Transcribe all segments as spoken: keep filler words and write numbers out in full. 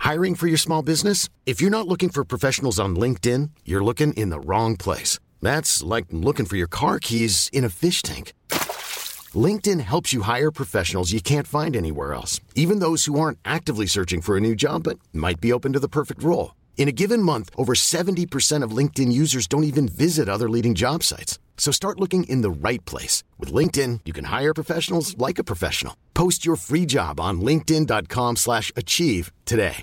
Hiring for your small business? If you're not looking for professionals on LinkedIn, you're looking in the wrong place. That's like looking for your car keys in a fish tank. LinkedIn helps you hire professionals you can't find anywhere else, even those who aren't actively searching for a new job but might be open to the perfect role. In a given month, over seventy percent of LinkedIn users don't even visit other leading job sites. So start looking in the right place. With LinkedIn, you can hire professionals like a professional. Post your free job on linkedin.com slash achieve today.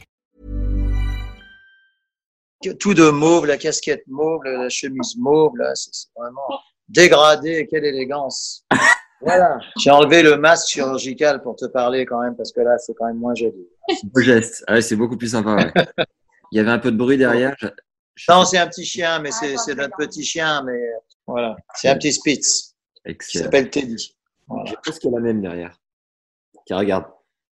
Tout de mauve, la casquette mauve, la chemise mauve, là, c'est, c'est vraiment dégradé. Quelle élégance. Voilà. J'ai enlevé le masque chirurgical pour te parler quand même, parce que là, c'est quand même moins joli. Beau geste. Ah ouais, c'est beaucoup plus sympa, ouais. Il y avait un peu de bruit derrière. Je... Je non, c'est un petit chien, mais c'est, c'est notre petit chien, mais voilà. C'est un petit Spitz. Excellent. Qui s'appelle Teddy. Voilà. J'ai presque la même derrière. Tiens, regarde.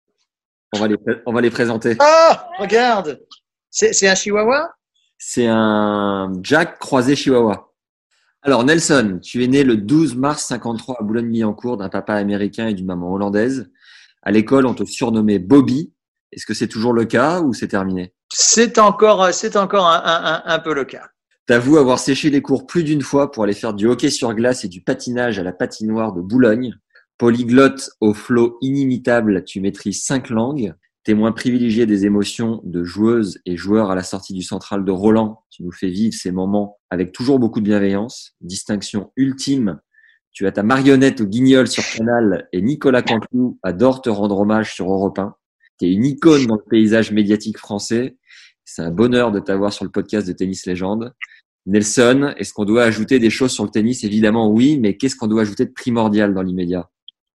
On va les, on va les présenter. Ah, regarde. C'est, c'est un chihuahua? C'est un Jack croisé chihuahua. Alors, Nelson, tu es né le douze mars cinquante-trois à Boulogne-Billancourt d'un papa américain et d'une maman hollandaise. À l'école, on te surnommait Bobby. Est-ce que c'est toujours le cas ou c'est terminé? C'est encore, c'est encore un, un, un peu le cas. T'avoues avoir séché les cours plus d'une fois pour aller faire du hockey sur glace et du patinage à la patinoire de Boulogne. Polyglotte au flot inimitable, tu maîtrises cinq langues. Témoin privilégié des émotions de joueuses et joueurs à la sortie du central de Roland, tu nous fais vivre ces moments avec toujours beaucoup de bienveillance. Distinction ultime, tu as ta marionnette au Guignol sur Canal et Nicolas Canteloup adore te rendre hommage sur Europe un. Tu es une icône dans le paysage médiatique français. C'est un bonheur de t'avoir sur le podcast de Tennis Légende. Nelson, est-ce qu'on doit ajouter des choses sur le tennis? Évidemment oui, mais qu'est-ce qu'on doit ajouter de primordial dans l'immédiat?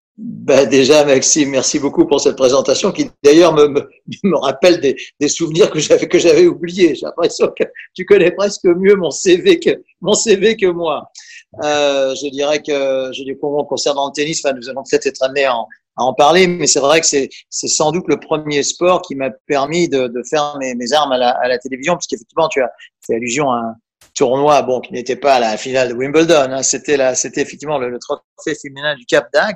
Ben déjà, Maxime, merci beaucoup pour cette présentation qui d'ailleurs me, me, me rappelle des, des souvenirs que j'avais que j'avais oubliés. J'ai l'impression que tu connais presque mieux mon C V que mon C V que moi. Euh, je dirais que je dis pour moi concernant le tennis, enfin, nous allons peut-être être amenés à en, à en parler, mais c'est vrai que c'est c'est sans doute le premier sport qui m'a permis de, de faire mes, mes armes à la, à la télévision, puisqu'effectivement tu as fait allusion à un tournoi, bon, qui n'était pas à la finale de Wimbledon, hein, c'était là, c'était effectivement le, le trophée féminin du Cap d'Agde.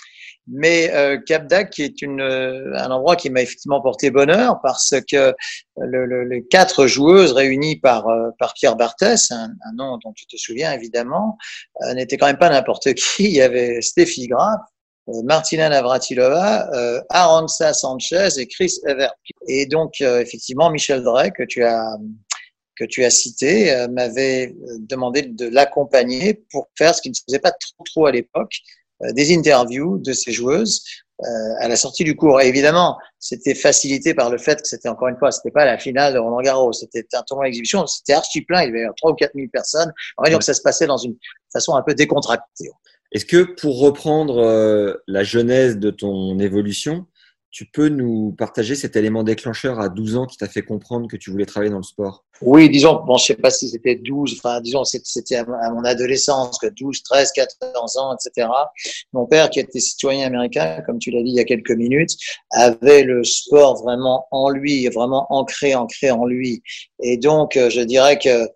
Mais euh, Cap d'Agde, qui est une, euh, un endroit qui m'a effectivement porté bonheur, parce que le, le, les quatre joueuses réunies par euh, par Pierre Barthès, un, un nom dont tu te souviens évidemment, euh, n'étaient quand même pas n'importe qui. Il y avait Steffi Graf, euh, Martina Navratilova, euh, Arantxa Sanchez et Chris Evert. Et donc euh, effectivement, Michel Drey, que tu as que tu as cité, euh, m'avait demandé de l'accompagner pour faire ce qui ne se faisait pas trop trop à l'époque, des interviews de ces joueuses euh, à la sortie du cours. Et évidemment, c'était facilité par le fait que c'était, encore une fois, c'était pas la finale de Roland Garros, c'était un tournoi d'exhibition, c'était archi plein, il y avait trois ou quatre mille personnes. On va dire que ça se passait dans une façon un peu décontractée. Est-ce que pour reprendre euh, la genèse de ton évolution, tu peux nous partager cet élément déclencheur à douze ans qui t'a fait comprendre que tu voulais travailler dans le sport? Oui, disons, bon, je sais pas si c'était douze, enfin, disons, c'était à mon adolescence, que douze, treize, quatorze ans, et cetera. Mon père, qui était citoyen américain, comme tu l'as dit il y a quelques minutes, avait le sport vraiment en lui, vraiment ancré, ancré en lui. Et donc, je dirais que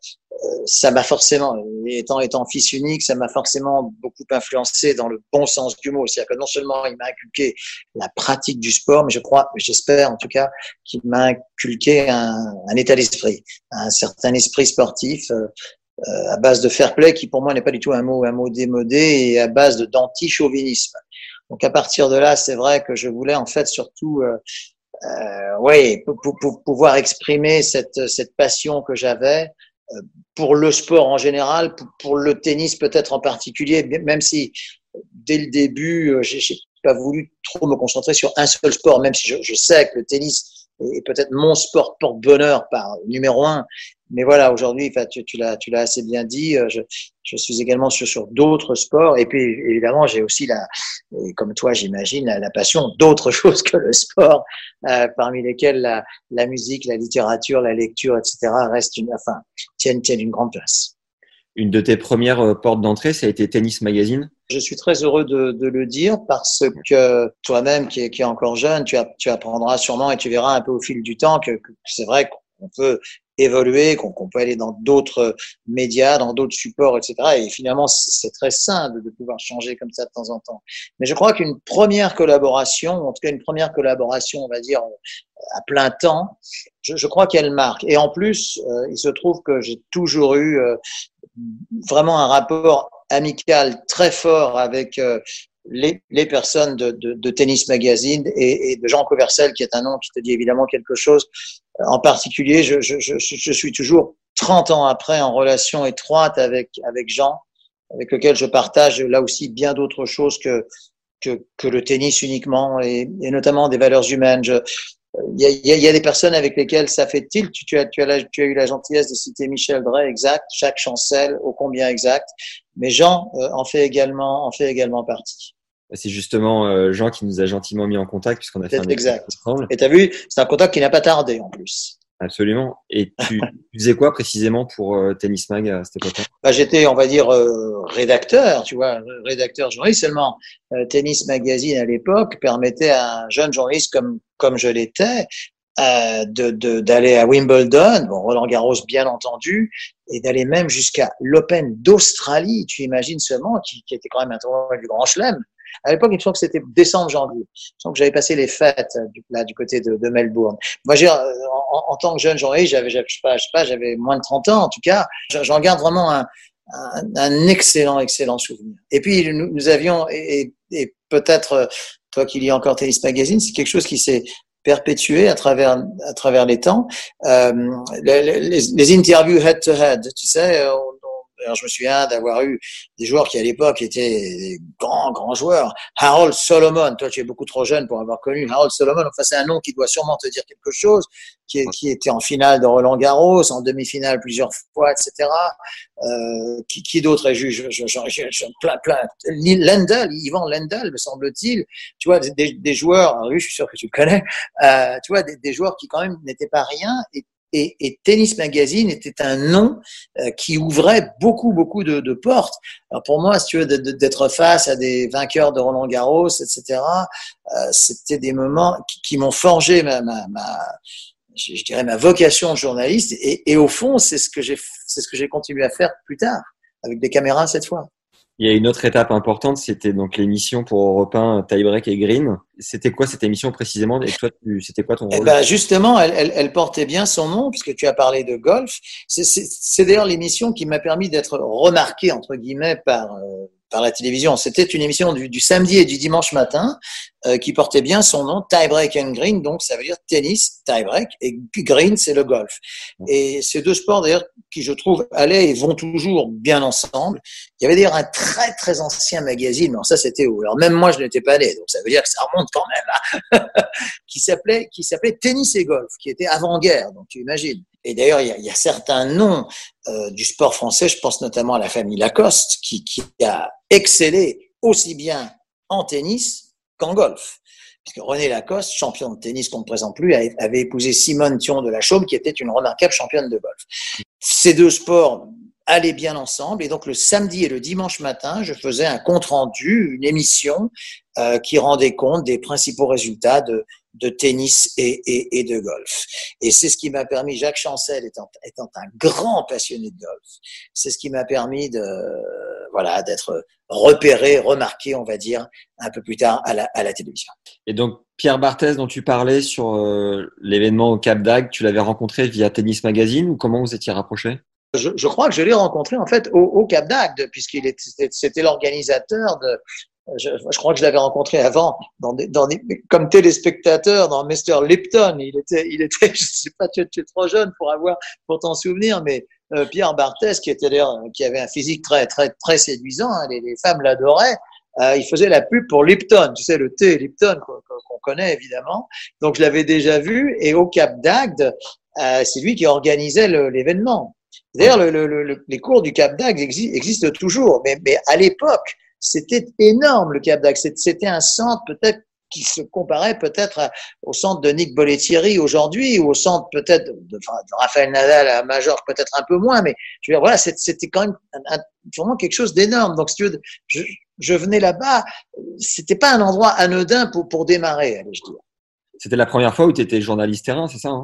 ça m'a forcément, étant, étant fils unique, ça m'a forcément beaucoup influencé dans le bon sens du mot. C'est-à-dire que non seulement il m'a inculqué la pratique du sport, mais je crois, j'espère en tout cas, qu'il m'a inculqué un, un état d'esprit, un certain esprit sportif euh, euh, à base de fair play, qui pour moi n'est pas du tout un mot, un mot démodé, et à base de d'anti-chauvinisme. Donc à partir de là, c'est vrai que je voulais en fait surtout, euh, euh, ouais, pour, pour, pour pouvoir exprimer cette, cette passion que j'avais pour le sport en général, pour le tennis peut-être en particulier, même si dès le début, j'ai, j'ai pas voulu trop me concentrer sur un seul sport, même si je, je sais que le tennis est peut-être mon sport porte-bonheur par numéro un. Mais voilà, aujourd'hui, enfin, tu, tu l'as, tu l'as assez bien dit. Je, je suis également sur, sur d'autres sports. Et puis, évidemment, j'ai aussi la, comme toi, j'imagine, la, la passion d'autres choses que le sport, euh, parmi lesquelles la, la musique, la littérature, la lecture, et cetera restent une, enfin, tiennent, tiennent une grande place. Une de tes premières portes d'entrée, ça a été Tennis Magazine. Je suis très heureux de, de le dire parce que toi-même, qui est, qui est encore jeune, tu, as, tu apprendras sûrement et tu verras un peu au fil du temps que, que c'est vrai qu'on peut évoluer, qu'on, qu'on peut aller dans d'autres médias, dans d'autres supports, et cetera. Et finalement, c'est très sain de, de pouvoir changer comme ça de temps en temps. Mais je crois qu'une première collaboration, en tout cas une première collaboration, on va dire, à plein temps, je, je crois qu'elle marque. Et en plus, euh, il se trouve que j'ai toujours eu euh, vraiment un rapport amical très fort avec euh, les, les personnes de, de, de Tennis Magazine et, et de Jean Covercel, qui est un nom qui te dit évidemment quelque chose. En particulier, je, je, je, je suis toujours trente ans après en relation étroite avec, avec Jean, avec lequel je partage là aussi bien d'autres choses que, que, que le tennis uniquement, et, et notamment des valeurs humaines. Je, il y a, il y a, il y a des personnes avec lesquelles ça fait tilt. Tu, tu, as, tu, as la, tu as eu la gentillesse de citer Michel Drey, exact, Jacques Chancel, ô combien exact. Mais Jean euh, en fait également, en fait également partie. C'est justement euh, Jean qui nous a gentiment mis en contact puisqu'on a fait un exact. ensemble. Et t'as vu, c'est un contact qui n'a pas tardé en plus. Absolument. Et tu, tu faisais quoi précisément pour euh, Tennis Mag à cette époque-là? Bah, j'étais, on va dire, euh, rédacteur, tu vois, rédacteur journaliste seulement. Euh, Tennis Magazine à l'époque permettait à un jeune journaliste comme comme je l'étais euh, de, de d'aller à Wimbledon, bon Roland Garros bien entendu, et d'aller même jusqu'à l'Open d'Australie. Tu imagines seulement, qui, qui était quand même un tournoi du Grand Chelem. À l'époque, il me semble que c'était décembre-janvier. Il me semble que j'avais passé les fêtes du, là du côté de, de Melbourne. Moi, j'ai, en, en tant que jeune journaliste, j'avais, je sais pas, je sais pas, j'avais moins de trente ans en tout cas. J'en garde vraiment un, un, un excellent, excellent souvenir. Et puis nous, nous avions, et, et peut-être toi qui lis encore Tennis Magazine, c'est quelque chose qui s'est perpétué à travers à travers les temps. Euh, les, les, les interviews head to head, tu sais. On, Alors, je me souviens d'avoir eu des joueurs qui, à l'époque, étaient des grands, grands joueurs. Harold Solomon. Toi, tu es beaucoup trop jeune pour avoir connu Harold Solomon. Enfin, c'est un nom qui doit sûrement te dire quelque chose, qui, est, qui était en finale de Roland Garros, en demi-finale plusieurs fois, et cetera. Euh, qui, qui d'autre est juge? Je, je, je, je, plein, plein. Lendl, Ivan Lendl, me semble-t-il. Tu vois, des, des joueurs, alors lui, je suis sûr que tu le connais, euh, tu vois, des, des joueurs qui, quand même, n'étaient pas rien et Et, et Tennis Magazine était un nom euh, qui ouvrait beaucoup, beaucoup de, de portes. Alors pour moi, si tu veux, de, de, d'être face à des vainqueurs de Roland Garros, et cetera, euh, c'était des moments qui, qui m'ont forgé ma, ma, ma je, je dirais ma vocation de journaliste. Et, et au fond, c'est ce que j'ai, c'est ce que j'ai continué à faire plus tard, avec des caméras cette fois. Il y a une autre étape importante, c'était donc l'émission pour Europe un Tie Break et Green. C'était quoi cette émission précisément? Et toi, tu, c'était quoi ton rôle? Eh ben justement, elle, elle, elle portait bien son nom puisque tu as parlé de golf. C'est, c'est, c'est d'ailleurs l'émission qui m'a permis d'être remarqué entre guillemets par euh, par la télévision. C'était une émission du, du samedi et du dimanche matin euh, qui portait bien son nom, Tie Break and Green. Donc ça veut dire tennis, tie break, et green c'est le golf. Et ces deux sports d'ailleurs qui je trouve allaient et vont toujours bien ensemble. Il y avait d'ailleurs un très très ancien magazine, mais ça c'était où? Alors même moi je n'étais pas né, donc ça veut dire que ça remonte quand même, hein, qui s'appelait qui s'appelait Tennis et Golf, qui était avant-guerre, donc tu imagines. Et d'ailleurs il y a, il y a certains noms euh, du sport français, je pense notamment à la famille Lacoste, qui, qui a excellé aussi bien en tennis qu'en golf. Puisque René Lacoste, champion de tennis qu'on ne présente plus, avait épousé Simone Thion de la Chaume, qui était une remarquable championne de golf. Ces deux sports allaient bien ensemble, et donc le samedi et le dimanche matin, je faisais un compte-rendu, une émission euh, qui rendait compte des principaux résultats de, de tennis et, et, et de golf. Et c'est ce qui m'a permis, Jacques Chancel étant, étant un grand passionné de golf, c'est ce qui m'a permis de, voilà, d'être repéré, remarqué, on va dire, un peu plus tard à la, à la télévision. Et donc, Pierre Barthès, dont tu parlais sur euh, l'événement au Cap d'Agde, tu l'avais rencontré via Tennis Magazine ou comment vous étiez rapprochés? Je, je crois que je l'ai rencontré en fait au, au Cap d'Agde, puisqu'il était, c'était l'organisateur de. Je, je crois que je l'avais rencontré avant, dans des, dans des, comme téléspectateur dans mister Lipton. Il était, il était, je sais pas, tu es, tu es trop jeune pour avoir, pour t'en souvenir, mais euh, Pierre Barthès, qui était d'ailleurs, qui avait un physique très, très, très séduisant, hein, les, les femmes l'adoraient. Euh, il faisait la pub pour Lipton, tu sais, le thé Lipton qu'on, qu'on connaît évidemment. Donc je l'avais déjà vu, et au Cap d'Agde, euh, c'est lui qui organisait le, l'événement. D'ailleurs, le, le, le, les cours du Cap d'Agde existent, existent toujours, mais, mais à l'époque, c'était énorme le Cap d'Agde. C'était un centre peut-être qui se comparait peut-être au centre de Nick Bollettieri aujourd'hui, ou au centre peut-être de, enfin, de Rafael Nadal à Majorque, peut-être un peu moins, mais je veux dire, voilà, c'était quand même un, un, vraiment quelque chose d'énorme. Donc, si tu veux, je, je venais là-bas, c'était pas un endroit anodin pour, pour démarrer, allez, je dire. C'était la première fois où tu étais journaliste terrain, c'est ça, hein?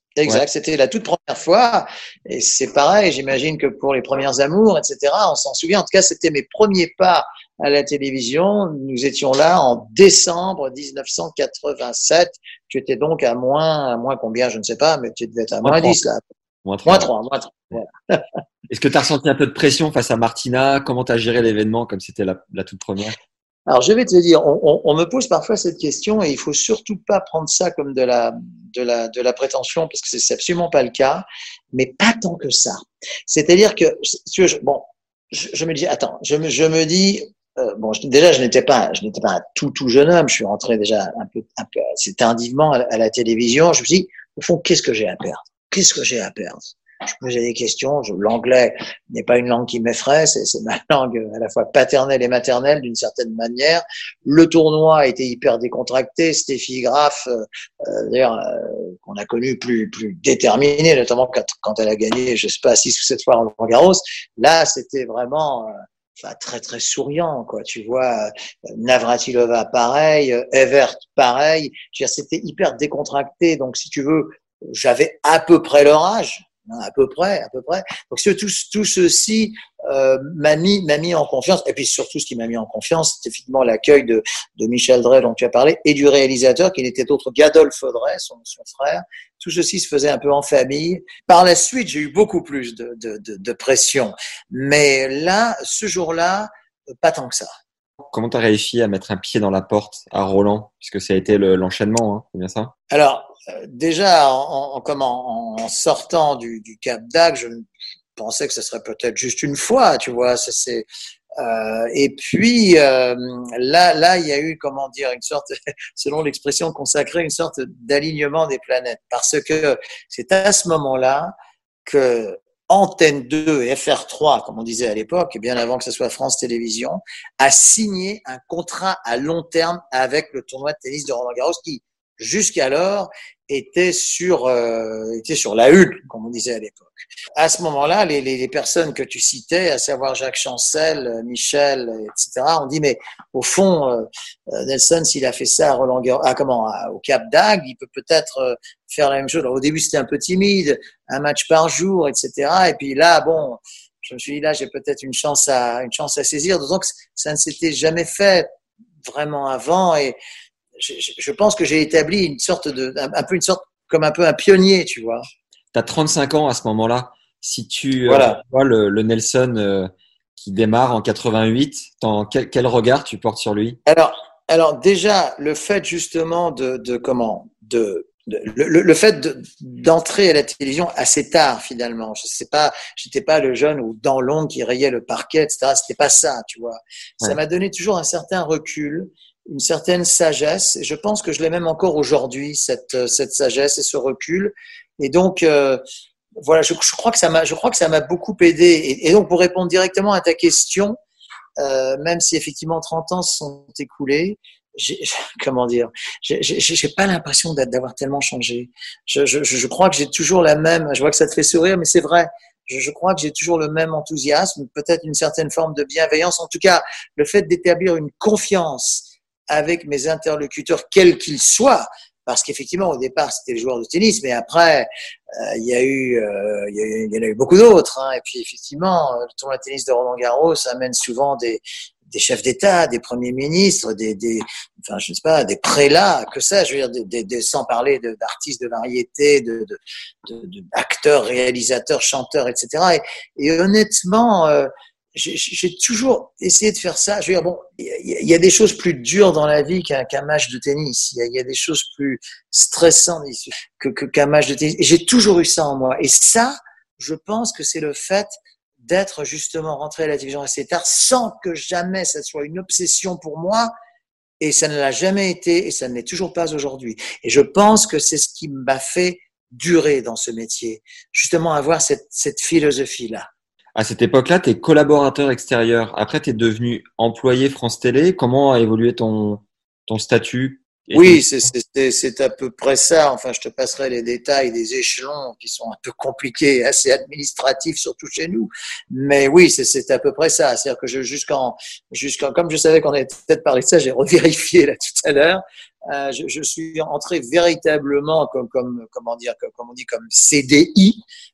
Exact, Ouais. c'était la toute première fois. Et c'est pareil, j'imagine que pour les premières amours, et cetera, on s'en souvient. En tout cas, c'était mes premiers pas à la télévision. Nous étions là en décembre dix-neuf cent quatre-vingt-sept. Tu étais donc à moins, à moins combien, je ne sais pas, mais tu devais être à Moins moins trois. dix là. Moins Moins trois. trois, moins trois. Ouais. Voilà. Est-ce que tu as ressenti un peu de pression face à Martina? Comment tu as géré l'événement comme c'était la, la toute première? Alors, je vais te dire, on, on, on me pose parfois cette question et il faut surtout pas prendre ça comme de la, de la, de la prétention parce que c'est absolument pas le cas, mais pas tant que ça. C'est-à-dire que, si tu veux, je, bon, je, je me dis, attends, je me, je me dis, euh, bon, je, déjà, je n'étais pas, je n'étais pas un tout, tout jeune homme. Je suis rentré déjà un peu, un peu, assez tardivement à, à la télévision. Je me dis, au fond, qu'est-ce que j'ai à perdre? Qu'est-ce que j'ai à perdre? Je posais des questions. Je, l'anglais n'est pas une langue qui m'effraie, c'est, c'est ma langue à la fois paternelle et maternelle d'une certaine manière. Le tournoi était hyper décontracté. Steffi Graf, euh, d'ailleurs, euh, qu'on a connu plus plus déterminée, notamment quand, quand elle a gagné, je sais pas, six ou sept fois Roland Garros. Là, c'était vraiment euh, enfin, très très souriant, quoi. Tu vois, euh, Navratilova pareil, euh, Evert pareil. Je veux dire, c'était hyper décontracté. Donc, si tu veux, j'avais à peu près leur âge. À peu près, à peu près. Donc tout, tout ceci euh, m'a mis, m'a mis en confiance. Et puis surtout, ce qui m'a mis en confiance, c'est effectivement l'accueil de, de Michel Drey, dont tu as parlé, et du réalisateur, qui n'était autre qu'Adolphe Drey, son, son frère. Tout ceci se faisait un peu en famille. Par la suite, j'ai eu beaucoup plus de, de, de, de pression. Mais là, ce jour-là, pas tant que ça. Comment tu as réussi à mettre un pied dans la porte à Roland, puisque ça a été le, l'enchaînement, hein, c'est bien ça? Alors, euh, déjà, en, en, comment, en sortant du, du Cap d'Agde, je pensais que ce serait peut-être juste une fois, tu vois. Ça, c'est, euh, et puis, euh, là, là, il y a eu, comment dire, une sorte, selon l'expression consacrée, une sorte d'alignement des planètes. Parce que c'est à ce moment-là que Antenne deux et F R trois, comme on disait à l'époque, et bien avant que ce soit France Télévisions, a signé un contrat à long terme avec le tournoi de tennis de Roland-Garros qui, jusqu'alors, était sur, euh, était sur la hulle, comme on disait à l'époque. À ce moment-là, les, les, les personnes que tu citais, à savoir Jacques Chancel, Michel, et cetera, ont dit, mais au fond, euh, Nelson, s'il a fait ça à Roland Garros, ah, comment, à, au Cap d'Agde, il peut peut-être euh, faire la même chose. Alors, au début, c'était un peu timide, un match par jour, et cetera. Et puis là, bon, je me suis dit, là, j'ai peut-être une chance à, une chance à saisir. Donc, ça ne s'était jamais fait vraiment avant. Et je, je pense que j'ai établi une sorte de, un, un peu une sorte, comme un peu un pionnier, tu vois. Tu as trente-cinq ans à ce moment-là. Si tu Voilà. euh, vois le, le Nelson euh, qui démarre en quatre-vingt-huit, dans quel, quel regard tu portes sur lui? Alors, alors déjà, le fait justement de, de comment, de, de le, le fait de, d'entrer à la télévision assez tard finalement. Je sais pas, j'étais pas le jeune ou dans l'ombre qui rayait le parquet, et cetera. C'était pas ça, tu vois. Ça Ouais. m'a donné toujours un certain recul, une certaine sagesse. Et je pense que je l'ai même encore aujourd'hui, cette, cette sagesse et ce recul. Et donc, euh, voilà, je, je crois que ça m'a, je crois que ça m'a beaucoup aidé. Et, et donc, pour répondre directement à ta question, euh, même si effectivement trente ans se sont écoulés, j'ai, comment dire, j'ai, j'ai, j'ai pas l'impression d'avoir tellement changé. Je, je, je crois que j'ai toujours la même, je vois que ça te fait sourire, mais c'est vrai. Je, je crois que j'ai toujours le même enthousiasme, peut-être une certaine forme de bienveillance. En tout cas, le fait d'établir une confiance avec mes interlocuteurs, quels qu'ils soient, parce qu'effectivement, au départ, c'était les joueurs de tennis, mais après, euh, il y a eu, euh, il y a eu, il y en a eu beaucoup d'autres. Hein. Et puis, effectivement, le tournoi de tennis de Roland-Garros amène souvent des, des chefs d'État, des premiers ministres, des, des, enfin, je ne sais pas, des prélats, que ça, je veux dire, des, des, des, sans parler de, d'artistes de variété, de, de, de, de acteurs, réalisateurs, chanteurs, et cetera. Et, et honnêtement, euh, j'ai, j'ai toujours essayé de faire ça. Je veux dire, bon, il y, y a des choses plus dures dans la vie qu'un, qu'un match de tennis. Il y a, y a des choses plus stressantes que, que, qu'un match de tennis. Et j'ai toujours eu ça en moi. Et ça, je pense que c'est le fait d'être justement rentré à la télévision assez tard sans que jamais ça soit une obsession pour moi. Et ça ne l'a jamais été et ça ne l'est toujours pas aujourd'hui. Et je pense que c'est ce qui m'a fait durer dans ce métier. Justement, avoir cette, cette philosophie-là. À cette époque-là, tu es collaborateur extérieur. Après, tu es devenu employé France Télé. Comment a évolué ton, ton statut? Oui, c'est, c'est, c'est à peu près ça. Enfin, je te passerai les détails des échelons qui sont un peu compliqués, assez administratifs, surtout chez nous. Mais oui, c'est, c'est à peu près ça. C'est-à-dire que je, jusqu'en, jusqu'en, comme je savais qu'on avait peut-être parlé de ça, j'ai revérifié là tout à l'heure. Euh, je, je suis entré véritablement comme, comme, comment dire, comme, comme on dit, comme C D I.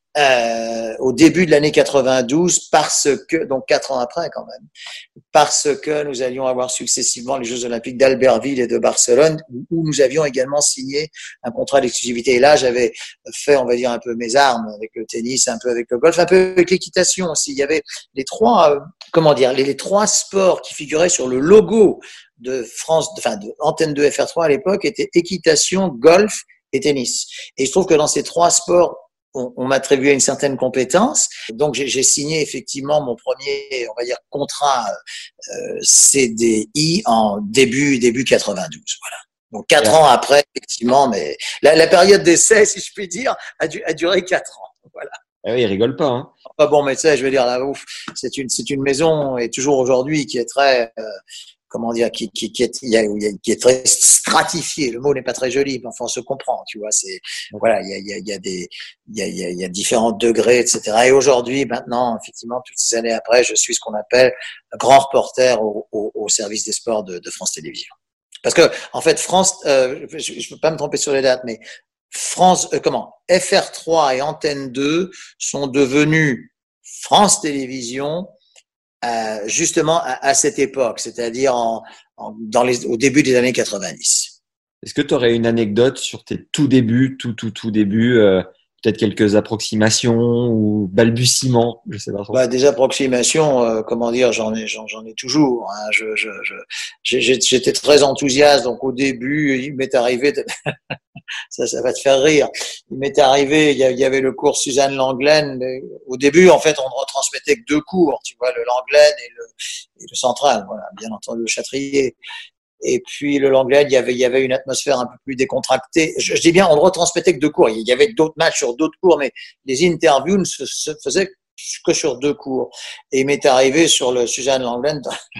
Euh, au début de l'année quatre-vingt-douze, parce que, donc quatre ans après quand même, parce que nous allions avoir successivement les Jeux Olympiques d'Albertville et de Barcelone, où nous avions également signé un contrat d'exclusivité. Et là, j'avais fait, on va dire, un peu mes armes avec le tennis, un peu avec le golf, un peu avec l'équitation aussi. Il y avait les trois, euh, comment dire, les, les trois sports qui figuraient sur le logo de France, enfin de Antenne deux F R trois à l'époque, étaient équitation, golf et tennis. Et il se trouve que dans ces trois sports, on, on m'attribuait une certaine compétence. Donc, j'ai, j'ai signé effectivement mon premier, on va dire, contrat euh, C D I en début début quatre-vingt-douze. Voilà. Donc, quatre yeah. ans après, effectivement, mais la, la période d'essai, si je puis dire, a, du, a duré quatre ans. Voilà. Ah oui, il rigole pas. Hein. Pas bon, mais tu sais, je veux dire, là, ouf, c'est une, c'est une maison, et toujours aujourd'hui, qui est très, euh, comment dire, qui, qui, qui, est, qui est très stratifiée. Le mot n'est pas très joli, mais enfin, on se comprend, tu vois. C'est, voilà, il y a, il y a, il y a des, il y a, il y a, il y a différents degrés, et cetera. Et aujourd'hui, maintenant, effectivement, toutes ces années après, je suis ce qu'on appelle grand reporter au, au, au service des sports de, de France Télévisions. Parce que, en fait, France, euh, je ne peux pas me tromper sur les dates, mais France, euh, comment, F R trois et Antenne deux sont devenus France Télévisions euh, justement à, à cette époque, c'est-à-dire en, en, dans les, au début des années quatre-vingt-dix. Est-ce que tu aurais une anecdote sur tes tout débuts, tout, tout, tout début, euh, peut-être quelques approximations ou balbutiements, je sais pas trop. Bah, des approximations, euh, comment dire, j'en ai, j'en, j'en ai toujours. Hein. Je, je, je, j'ai, j'étais très enthousiaste, donc au début, il m'est arrivé de... ça, ça va te faire rire. Il m'était arrivé, il y avait le cours Suzanne Langlaine. Au début, en fait, on ne retransmettait que deux cours, tu vois, le Langlaine et le, et le Central, voilà, bien entendu le Châtrier. Et puis le Langlaine, il y avait, il y avait une atmosphère un peu plus décontractée. Je, je dis bien, on ne retransmettait que deux cours. Il y avait d'autres matchs sur d'autres cours, mais les interviews ne se, se faisaient que sur deux cours. Et il m'est arrivé sur le Suzanne Langlaine,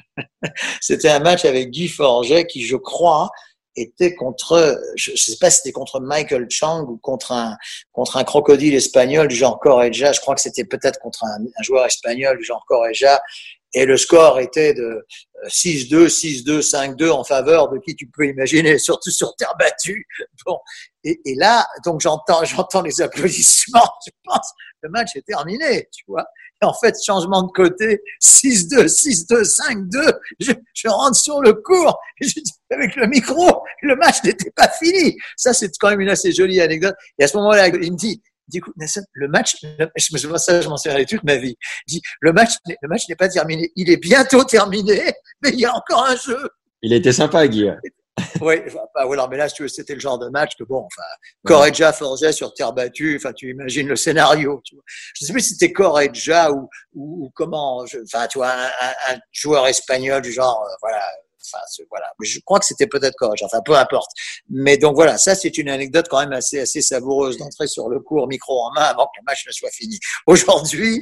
c'était un match avec Guy Forget qui, je crois, était contre, je ne sais pas si c'était contre Michael Chang ou contre un, contre un crocodile espagnol du genre Correja. Je crois que c'était peut-être contre un, un joueur espagnol du genre Correja. Et le score était de six deux, six deux, cinq deux en faveur de qui tu peux imaginer, surtout sur terre battue. Bon. Et, et là, donc j'entends, j'entends les applaudissements. Je pense, le match est terminé, tu vois. Et en fait, changement de côté, six deux, six deux, cinq deux. Je, je rentre sur le court, et je dis avec le micro, le match n'était pas fini. Ça, c'est quand même une assez jolie anecdote. Et à ce moment-là, il me dit, Du coup, Nassim, le match, le, je me ça, je m'en souviens toute ma vie. Il dit, le match, le match n'est pas terminé. Il est bientôt terminé, mais il y a encore un jeu. Il était sympa, Guy. Oui, bah, voilà, mais là, c'était le genre de match que bon, enfin, Correja, Forget sur terre battue, enfin, tu imagines le scénario, tu vois. Je ne sais plus si c'était Correja ou, ou, ou comment, je, enfin, tu vois, un, un, un joueur espagnol du genre, euh, voilà. Enfin, voilà. Je crois que c'était peut-être correct. Enfin, peu importe. Mais donc voilà, ça c'est une anecdote quand même assez assez savoureuse d'entrer sur le court micro en main avant que le match ne soit fini. Aujourd'hui,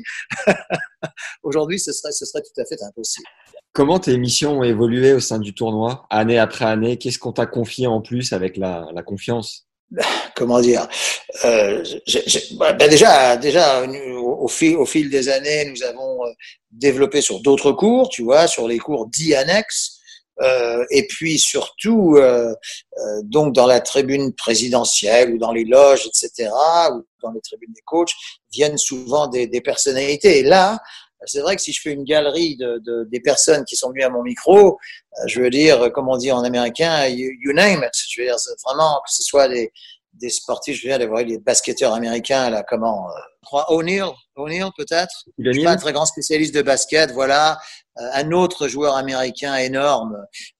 aujourd'hui, ce serait ce serait tout à fait impossible. Comment tes missions ont évolué au sein du tournoi, année après année? Qu'est-ce qu'on t'a confié en plus avec la, la confiance? Comment dire euh, j'ai, j'ai, bah, déjà, déjà au, au, fil, au fil des années, nous avons développé sur d'autres cours, tu vois, sur les cours dits annexes. Euh, et puis surtout, euh, euh, donc dans la tribune présidentielle ou dans les loges, et cetera, ou dans les tribunes des coachs, viennent souvent des, des personnalités. Et là, c'est vrai que si je fais une galerie de, de des personnes qui sont venues à mon micro, euh, je veux dire, comme on dit en américain, you, you name it. Je veux dire, c'est vraiment que ce soit des, des sportifs. Je viens d'avoir les basketteurs américains là, comment euh, je crois O'Neal, O'Neal peut-être. Je suis pas un très grand spécialiste de basket, voilà. Euh, un autre joueur américain énorme.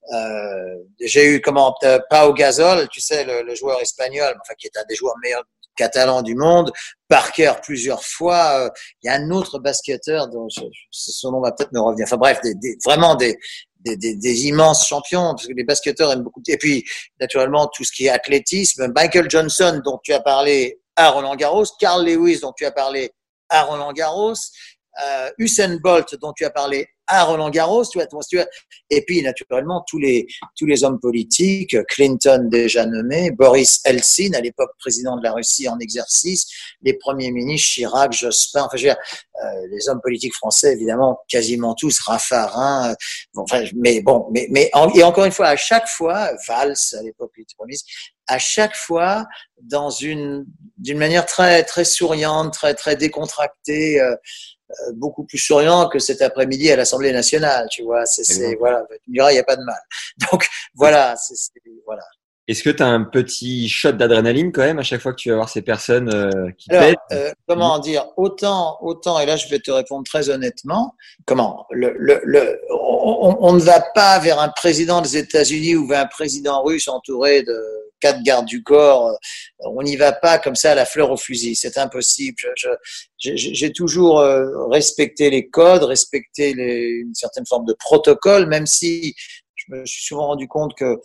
Euh, j'ai eu comment euh, Pau Gasol, tu sais, le, le joueur espagnol, enfin qui est un des joueurs meilleurs catalans du monde. Parker plusieurs fois. Il y a un autre basketteur dont je, son nom va peut-être me revenir. Enfin bref, des, des, vraiment des Des, des, des immenses champions, parce que les basketteurs aiment beaucoup. Et puis, naturellement, tout ce qui est athlétisme. Michael Johnson, dont tu as parlé à Roland-Garros. Carl Lewis, dont tu as parlé à Roland-Garros. Euh, Usain Bolt, dont tu as parlé à Roland-Garros, tu vois, tu vois. Et puis, naturellement, tous les, tous les hommes politiques, Clinton déjà nommé, Boris Eltsine, à l'époque président de la Russie en exercice, les premiers ministres, Chirac, Jospin, enfin, je veux dire, euh, les hommes politiques français, évidemment, quasiment tous, Raffarin, euh, bon, enfin, mais bon, mais, mais, en, et encore une fois, à chaque fois, Valls, à l'époque, il était premier ministre, à chaque fois, dans une, d'une manière très, très souriante, très, très décontractée, euh, beaucoup plus souriant que cet après-midi à l'Assemblée nationale, tu vois. C'est, c'est voilà, tu me diras, il n'y a pas de mal. Donc voilà, c'est, c'est voilà. Est-ce que tu as un petit shot d'adrénaline quand même à chaque fois que tu vas voir ces personnes euh, qui Alors, t'aident? euh, comment dire, autant, autant, et là je vais te répondre très honnêtement, comment, le, le, le, on, on ne va pas vers un président des États-Unis ou vers un président russe entouré de quatre gardes du corps, on n'y va pas comme ça à la fleur au fusil, c'est impossible. Je, je, j'ai, j'ai toujours respecté les codes, respecté les, une certaine forme de protocole, même si je me suis souvent rendu compte que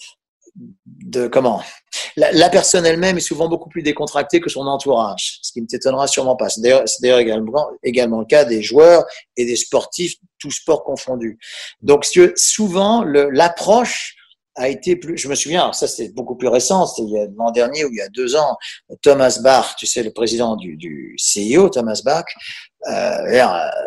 de comment la, la personne elle-même est souvent beaucoup plus décontractée que son entourage, ce qui ne t'étonnera sûrement pas. C'est d'ailleurs, c'est d'ailleurs également, également le cas des joueurs et des sportifs, tous sports confondus. Donc, souvent, le, l'approche a été plus, je me souviens, alors ça c'est beaucoup plus récent, c'était il y a l'an dernier ou il y a deux ans, Thomas Bach, tu sais, le président du, du C I O, Thomas Bach, euh,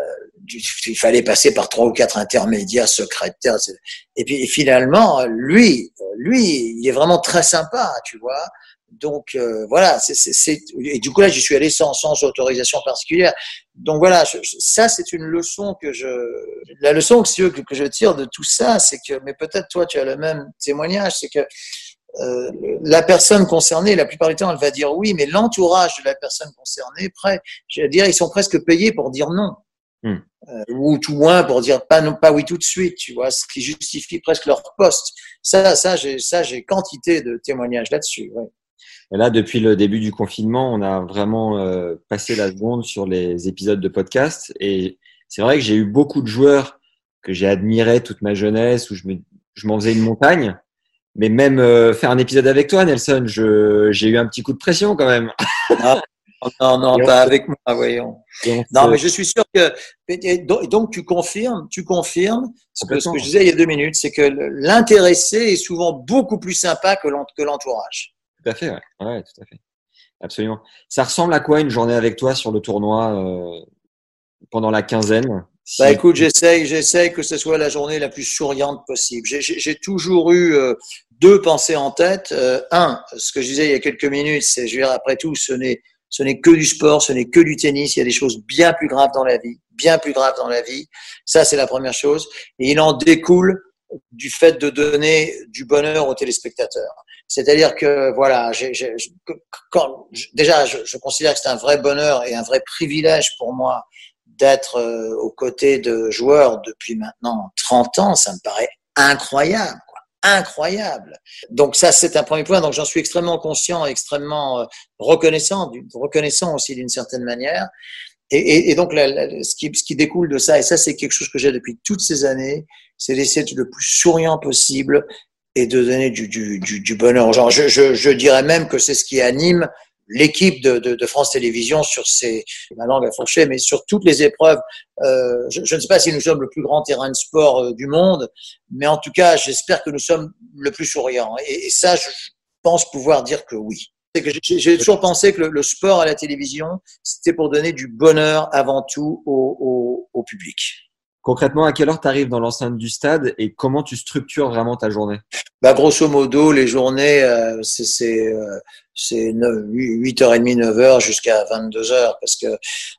il fallait passer par trois ou quatre intermédiaires, secrétaires, et puis et finalement, lui, lui, il est vraiment très sympa, tu vois. Donc euh, voilà, c'est, c'est, c'est, et du coup là, j'y suis allé sans, sans autorisation particulière. Donc voilà, je, ça c'est une leçon que je, la leçon que, que, que je tire de tout ça, c'est que, mais peut-être toi tu as le même témoignage, c'est que euh, la personne concernée, la plupart du temps, elle va dire oui, mais l'entourage de la personne concernée, près, je veux dire, ils sont presque payés pour dire non. Mmh. Euh, ou tout moins pour dire pas non pas oui tout de suite, tu vois, ce qui justifie presque leur poste. Ça, ça j'ai, ça j'ai quantité de témoignages là-dessus. Ouais. Et là, depuis le début du confinement, on a vraiment euh, passé la seconde sur les épisodes de podcast. Et c'est vrai que j'ai eu beaucoup de joueurs que j'ai admirés toute ma jeunesse, où je, me, je m'en faisais une montagne. Mais même euh, faire un épisode avec toi, Nelson, je, j'ai eu un petit coup de pression quand même. Ah. Non, non, pas avec moi, voyons. Non, mais je suis sûr que, et donc tu confirmes, tu confirmes ce que, ce que je disais il y a deux minutes, c'est que l'intéressé est souvent beaucoup plus sympa que l'entourage. Tout à fait, ouais, ouais, tout à fait. Absolument. Ça ressemble à quoi une journée avec toi sur le tournoi euh, pendant la quinzaine? Si... Bah écoute, j'essaye, j'essaye que ce soit la journée la plus souriante possible. J'ai, j'ai, j'ai toujours eu euh, deux pensées en tête. Euh, un, ce que je disais il y a quelques minutes, c'est, je veux dire, après tout, ce n'est Ce n'est que du sport, ce n'est que du tennis. Il y a des choses bien plus graves dans la vie, bien plus graves dans la vie. Ça, c'est la première chose. Et il en découle du fait de donner du bonheur aux téléspectateurs. C'est-à-dire que, voilà, j'ai, j'ai, quand, déjà, je, je considère que c'est un vrai bonheur et un vrai privilège pour moi d'être euh, aux côtés de joueurs depuis maintenant trente ans. Ça me paraît incroyable. Incroyable. Donc ça, c'est un premier point. Donc j'en suis extrêmement conscient, extrêmement euh, reconnaissant, du, reconnaissant aussi d'une certaine manière. Et, et, et donc la, la, ce, qui, ce qui découle de ça, et ça c'est quelque chose que j'ai depuis toutes ces années, c'est d'essayer d'être le plus souriant possible et de donner du, du, du, du bonheur aux gens. Je, je, je dirais même que c'est ce qui anime l'équipe de, de, de France Télévisions sur ces, ma langue à fourcher, mais sur toutes les épreuves. Euh, je, je ne sais pas si nous sommes le plus grand terrain de sport euh, du monde, mais en tout cas, j'espère que nous sommes le plus souriants. Et, et ça, je pense pouvoir dire que oui. C'est que j'ai, j'ai toujours pensé que le, le sport à la télévision, c'était pour donner du bonheur avant tout au, au, au public. Concrètement, à quelle heure tu arrives dans l'enceinte du stade et comment tu structures vraiment ta journée? Bah, grosso modo, les journées, euh, c'est, c'est, euh, c'est huit heures trente, neuf heures jusqu'à vingt-deux heures parce que,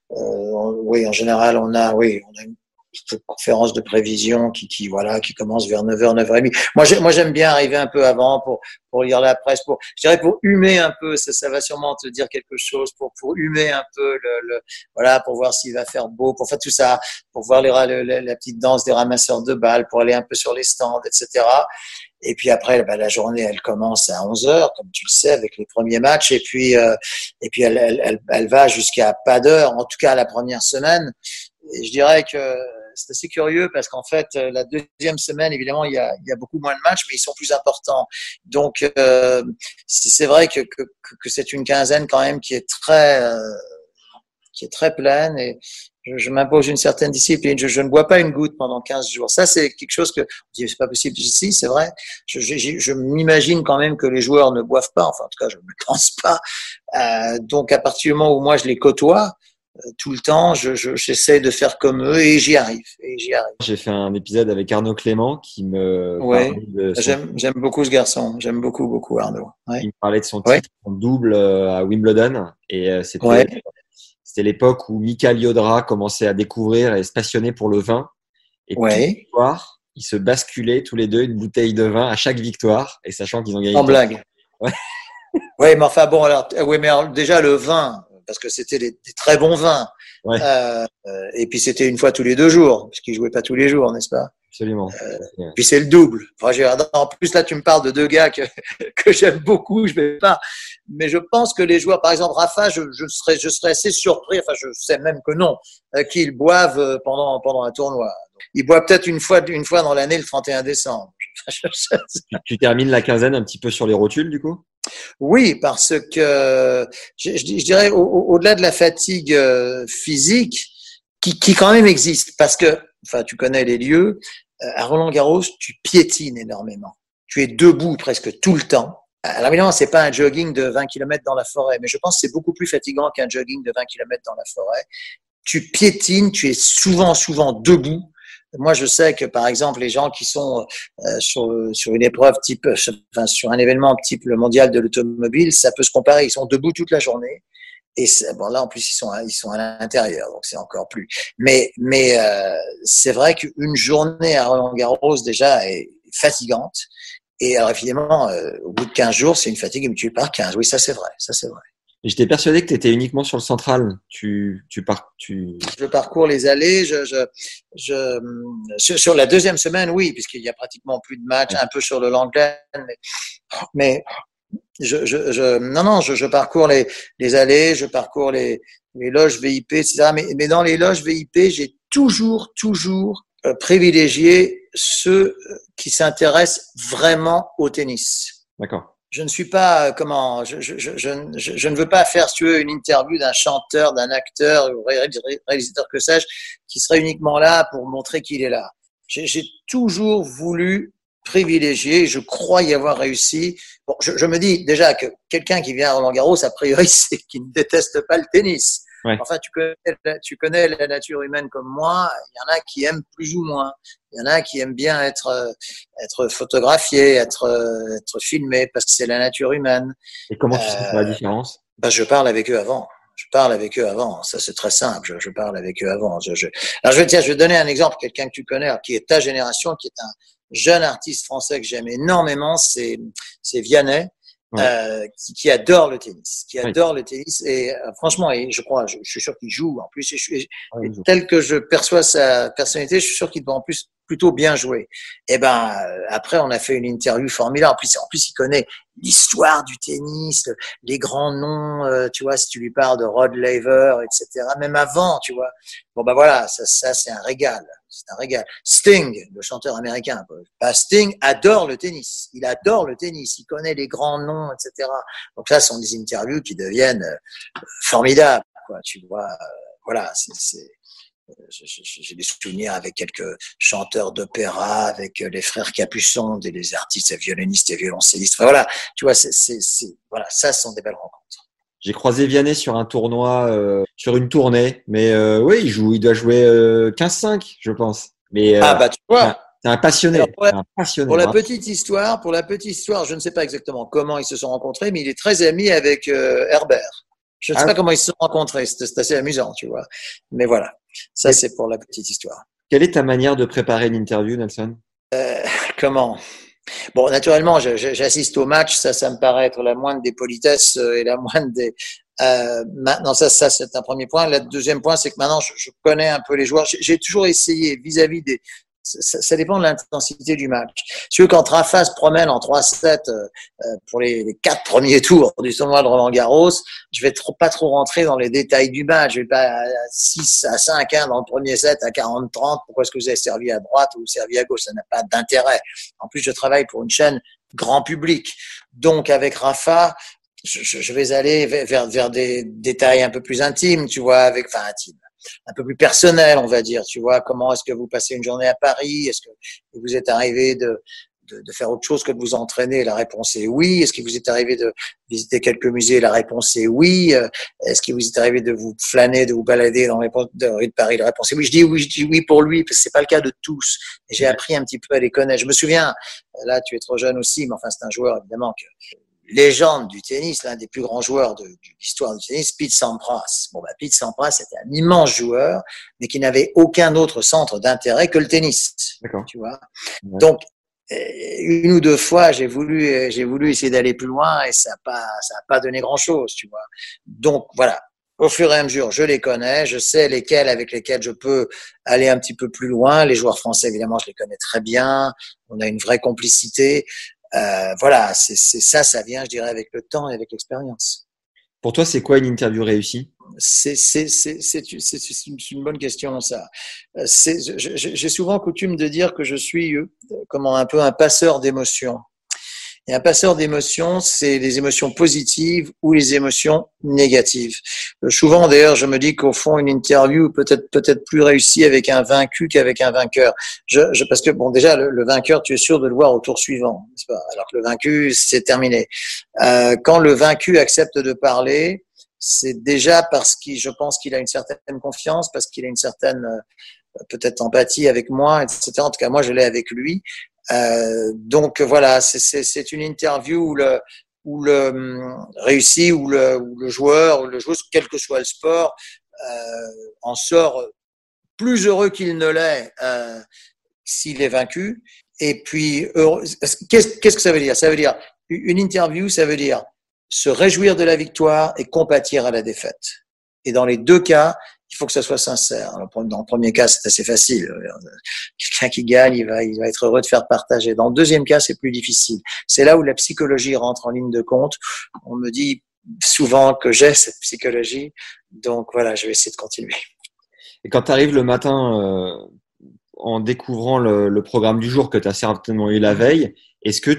euh, oui, en général, on a, oui, on a une conférence de prévision qui, qui, voilà, qui commence vers neuf heures, neuf heures trente. Moi, j'ai, moi, j'aime bien arriver un peu avant pour, pour lire la presse, pour, je dirais pour humer un peu, ça, ça va sûrement te dire quelque chose, pour, pour humer un peu le, le, voilà, pour voir s'il va faire beau, pour faire tout ça, pour voir les, la, la petite danse des ramasseurs de balles, pour aller un peu sur les stands, et cetera. Et puis après, ben, la journée, elle commence à onze heures, comme tu le sais, avec les premiers matchs. Et puis, euh, et puis elle, elle, elle, elle va jusqu'à pas d'heure, en tout cas la première semaine. Et je dirais que c'est assez curieux parce qu'en fait, la deuxième semaine, évidemment, il y a, il y a beaucoup moins de matchs, mais ils sont plus importants. Donc, euh, c'est vrai que, que, que c'est une quinzaine quand même qui est très, euh, qui est très pleine et, Je, je m'impose une certaine discipline. Je, je ne bois pas une goutte pendant quinze jours. Ça, c'est quelque chose que, je dis, c'est pas possible. Si, c'est vrai. Je, je, je m'imagine quand même que les joueurs ne boivent pas. Enfin, en tout cas, je ne le pense pas. Euh, donc, à partir du moment où moi, je les côtoie, euh, tout le temps, je, je, j'essaie de faire comme eux et j'y arrive. Et j'y arrive. J'ai fait un épisode avec Arnaud Clément qui me ouais. parlait de son... J'aime, j'aime beaucoup ce garçon. J'aime beaucoup, beaucoup Arnaud. Ouais. Il me parlait de son ouais. titre en double à Wimbledon. Et c'était, ouais. c'était l'époque où Mika Liodra commençait à découvrir et se passionner pour le vin. Et ouais. tous les soirs, ils se basculaient tous les deux une bouteille de vin à chaque victoire. Et sachant qu'ils ont gagné. En blague. Ouais. ouais, mais enfin bon, alors, oui, mais alors, déjà le vin, parce que c'était des, des très bons vins. Ouais. Euh, et puis c'était une fois tous les deux jours, parce qu'ils jouaient pas tous les jours, n'est-ce pas? Absolument. Euh, puis c'est le double. Enfin, j'ai, en plus là, tu me parles de deux gars que que j'aime beaucoup. Je vais pas, mais je pense que les joueurs, par exemple Rafa, je, je serais je serais assez surpris. Enfin, je sais même que non, euh, qu'ils boivent pendant pendant un tournoi. Ils boivent peut-être une fois une fois dans l'année, le trente et un décembre. Tu termines la quinzaine un petit peu sur les rotules, du coup? Oui, parce que je, je, je dirais au, au, au-delà de la fatigue physique, qui, qui quand même existe, parce que, enfin, tu connais les lieux, à Roland-Garros, tu piétines énormément. Tu es debout presque tout le temps. Alors évidemment, c'est pas un jogging de vingt kilomètres dans la forêt, mais je pense que c'est beaucoup plus fatigant qu'un jogging de vingt kilomètres dans la forêt. Tu piétines, tu es souvent, souvent debout. Moi, je sais que, par exemple, les gens qui sont euh, sur, sur une épreuve type, enfin, sur un événement type le mondial de l'automobile, ça peut se comparer. Ils sont debout toute la journée. Et bon, là, en plus, ils sont, à, ils sont à l'intérieur, donc c'est encore plus. Mais, mais euh, c'est vrai qu'une journée à Roland-Garros, déjà, est fatigante. Et alors, évidemment, euh, au bout de quinze jours, c'est une fatigue mais tu pars quinze. Oui, ça, c'est vrai. Ça, c'est vrai. J'étais persuadé que tu étais uniquement sur le central. Tu, tu pars, tu. Je parcours les allées. Je, je, je, sur, sur la deuxième semaine, oui, puisqu'il y a pratiquement plus de matchs, un peu sur le Langlaine, mais, mais je, je, je, non, non, je, je parcours les, les allées, je parcours les, les loges V I P, et cetera. Mais, mais dans les loges V I P, j'ai toujours, toujours euh, privilégié ceux qui s'intéressent vraiment au tennis. D'accord. Je ne suis pas, comment, je, je, je, je, je ne veux pas faire, si tu veux, une interview d'un chanteur, d'un acteur, ou réalisateur que sais-je, qui serait uniquement là pour montrer qu'il est là. J'ai, j'ai toujours voulu privilégier, je crois y avoir réussi. Bon, je, je me dis déjà que quelqu'un qui vient à Roland-Garros, a priori, c'est qu'il ne déteste pas le tennis. Ouais. Enfin, tu connais, tu connais la nature humaine comme moi. Il y en a qui aiment plus ou moins. Il y en a qui aiment bien être être photographié, être être filmé parce que c'est la nature humaine. Et comment tu euh, sais la différence? Ben, je parle avec eux avant. Je parle avec eux avant. Ça, c'est très simple. Je, je parle avec eux avant. Je, je... Alors, je vais, tiens, je vais donner un exemple. Quelqu'un que tu connais, alors, qui est ta génération, qui est un jeune artiste français que j'aime énormément, c'est c'est Vianney. Ouais. Euh, qui, qui adore le tennis, qui adore oui. le tennis et euh, franchement, et je crois, je, je suis sûr qu'il joue en plus. Et je, et, oui, et tel que je perçois sa personnalité, je suis sûr qu'il doit en plus plutôt bien jouer. Et ben euh, après, on a fait une interview formidable. En plus, en plus, il connaît l'histoire du tennis, les grands noms. Euh, tu vois, si tu lui parles de Rod Laver, et cetera. Même avant, tu vois. Bon ben voilà, ça, ça c'est un régal. C'est un régal. Sting, le chanteur américain, bah, Sting adore le tennis. Il adore le tennis. Il connaît les grands noms, et cetera. Donc ça, ce sont des interviews qui deviennent euh, formidables, quoi. Tu vois, euh, voilà, c'est, c'est, euh, j'ai des souvenirs avec quelques chanteurs d'opéra, avec les frères Capuçon, des les artistes, violonistes et violoncellistes. Enfin, voilà, tu vois, c'est, c'est, c'est, voilà, ça, ce sont des belles rencontres. J'ai croisé Vianney sur un tournoi, euh, sur une tournée, mais euh, oui, il joue, il doit jouer euh, quinze cinq, je pense. Mais euh, ah bah tu vois, c'est un passionné. Alors, pour la, un passionné, pour la hein. petite histoire, pour la petite histoire, je ne sais pas exactement comment ils se sont rencontrés, mais il est très ami avec euh, Herbert. Je ne sais ah, pas comment ils se sont rencontrés. C'est, c'est assez amusant, tu vois. Mais voilà, ça et c'est pour la petite histoire. Quelle est ta manière de préparer l'interview, Nelson? euh, Comment? Bon, naturellement, je, je, j'assiste au match, ça, ça me paraît être la moindre des politesses et la moindre des. Euh, maintenant, ça, ça, c'est un premier point. Le deuxième point, c'est que maintenant, je, je connais un peu les joueurs. J'ai, j'ai toujours essayé vis-à-vis des. Ça, ça dépend de l'intensité du match. Si tu veux, quand Rafa se promène en trois sept euh, pour les, les quatre premiers tours du tournoi de Roland-Garros, je vais trop, pas trop rentrer dans les détails du match. Je vais pas à six à cinq hein, dans le premier set à quarante trente. Pourquoi est-ce que vous avez servi à droite ou servi à gauche? Ça n'a pas d'intérêt. En plus, je travaille pour une chaîne grand public. Donc, avec Rafa, je, je vais aller vers, vers des détails un peu plus intimes, tu vois, avec, enfin, intimes. un peu plus personnel, on va dire. Tu vois, comment est-ce que vous passez une journée à Paris? Est-ce que vous êtes arrivé de De, de faire autre chose que de vous entraîner? La réponse est oui. Est-ce qu'il vous est arrivé de visiter quelques musées? La réponse est oui. Est-ce qu'il vous est arrivé de vous flâner, de vous balader dans les rues de Paris? La réponse est oui. Je dis oui, je dis oui pour lui, parce que c'est pas le cas de tous. Et j'ai appris un petit peu à les connaître. Je me souviens, là, tu es trop jeune aussi, mais enfin, c'est un joueur, évidemment, que légende du tennis, l'un des plus grands joueurs de, de l'histoire du tennis, Pete Sampras. Bon, bah, Pete Sampras était un immense joueur, mais qui n'avait aucun autre centre d'intérêt que le tennis. D'accord. Tu vois. Ouais. Donc, une ou deux fois, j'ai voulu, j'ai voulu essayer d'aller plus loin et ça n'a pas, ça a pas donné grand chose, tu vois. Donc, voilà. Au fur et à mesure, je les connais, je sais lesquels avec lesquels je peux aller un petit peu plus loin. Les joueurs français, évidemment, je les connais très bien. On a une vraie complicité. Euh, voilà, c'est, c'est ça, ça vient, je dirais, avec le temps et avec l'expérience. Pour toi, c'est quoi une interview réussie? C'est, c'est, c'est, c'est, c'est, c'est une, une bonne question, ça. C'est, j'ai souvent coutume de dire que je suis comment, un peu un passeur d'émotions. Et un passeur d'émotions, c'est les émotions positives ou les émotions négatives. Souvent, d'ailleurs, je me dis qu'au fond, une interview peut être peut-être plus réussie avec un vaincu qu'avec un vainqueur. Je, je, parce que, bon, déjà, le, le vainqueur, tu es sûr de le voir au tour suivant, n'est-ce pas? Alors que le vaincu, c'est terminé. Euh, quand le vaincu accepte de parler, c'est déjà parce qu'il, je pense qu'il a une certaine confiance, parce qu'il a une certaine euh, peut-être empathie avec moi, et cetera. En tout cas, moi, je l'ai avec lui. Euh, donc voilà, c'est, c'est, c'est une interview où le, où le hum, réussi, où le, où le joueur, ou le joueur, quel que soit le sport, euh, en sort plus heureux qu'il ne l'est euh, s'il est vaincu. Et puis, heureux, qu'est-ce, qu'est-ce que ça veut dire? Ça veut dire une interview, ça veut dire se réjouir de la victoire et compatir à la défaite. Et dans les deux cas, il faut que ça soit sincère. Dans le premier cas, c'est assez facile. Quelqu'un qui gagne, il va, il va être heureux de faire partager. Dans le deuxième cas, c'est plus difficile. C'est là où la psychologie rentre en ligne de compte. On me dit souvent que j'ai cette psychologie. Donc voilà, je vais essayer de continuer. Et quand tu arrives le matin euh, en découvrant le, le programme du jour que tu as certainement eu la veille, est-ce que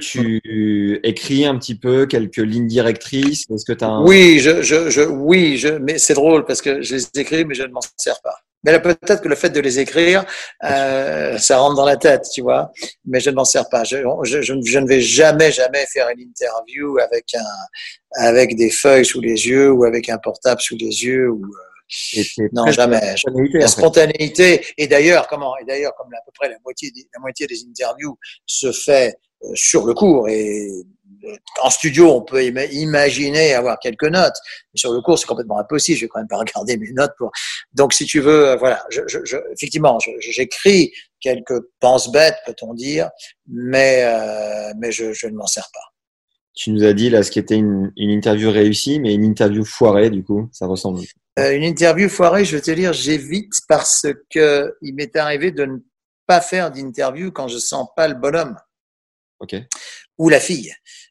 tu écris un petit peu quelques lignes directrices? Est-ce que tu as un... Oui, je, je, je, oui, je, mais c'est drôle parce que je les écris, mais je ne m'en sers pas. Mais là, peut-être que le fait de les écrire, euh, ça rentre dans la tête, tu vois. Mais je ne m'en sers pas. Je, je, je, je ne vais jamais, jamais faire une interview avec un, avec des feuilles sous les yeux ou avec un portable sous les yeux ou. Et non, jamais. La en fait. spontanéité. Et d'ailleurs, comment, et d'ailleurs, comme à peu près la moitié des, la moitié des interviews se fait euh, sur le cours et euh, en studio, on peut im- imaginer avoir quelques notes. Mais sur le cours, c'est complètement impossible. Je vais quand même pas regarder mes notes pour. Donc, si tu veux, euh, voilà. Je, je, je, effectivement, je, j'écris quelques pense-bêtes, peut-on dire, mais euh, mais je, je ne m'en sers pas. Tu nous as dit là ce qui était une, une interview réussie, mais une interview foirée, du coup, ça ressemble. Euh, une interview foirée, je vais te dire, j'évite parce que il m'est arrivé de ne pas faire d'interview quand je sens pas le bonhomme. Ok. Ou la fille.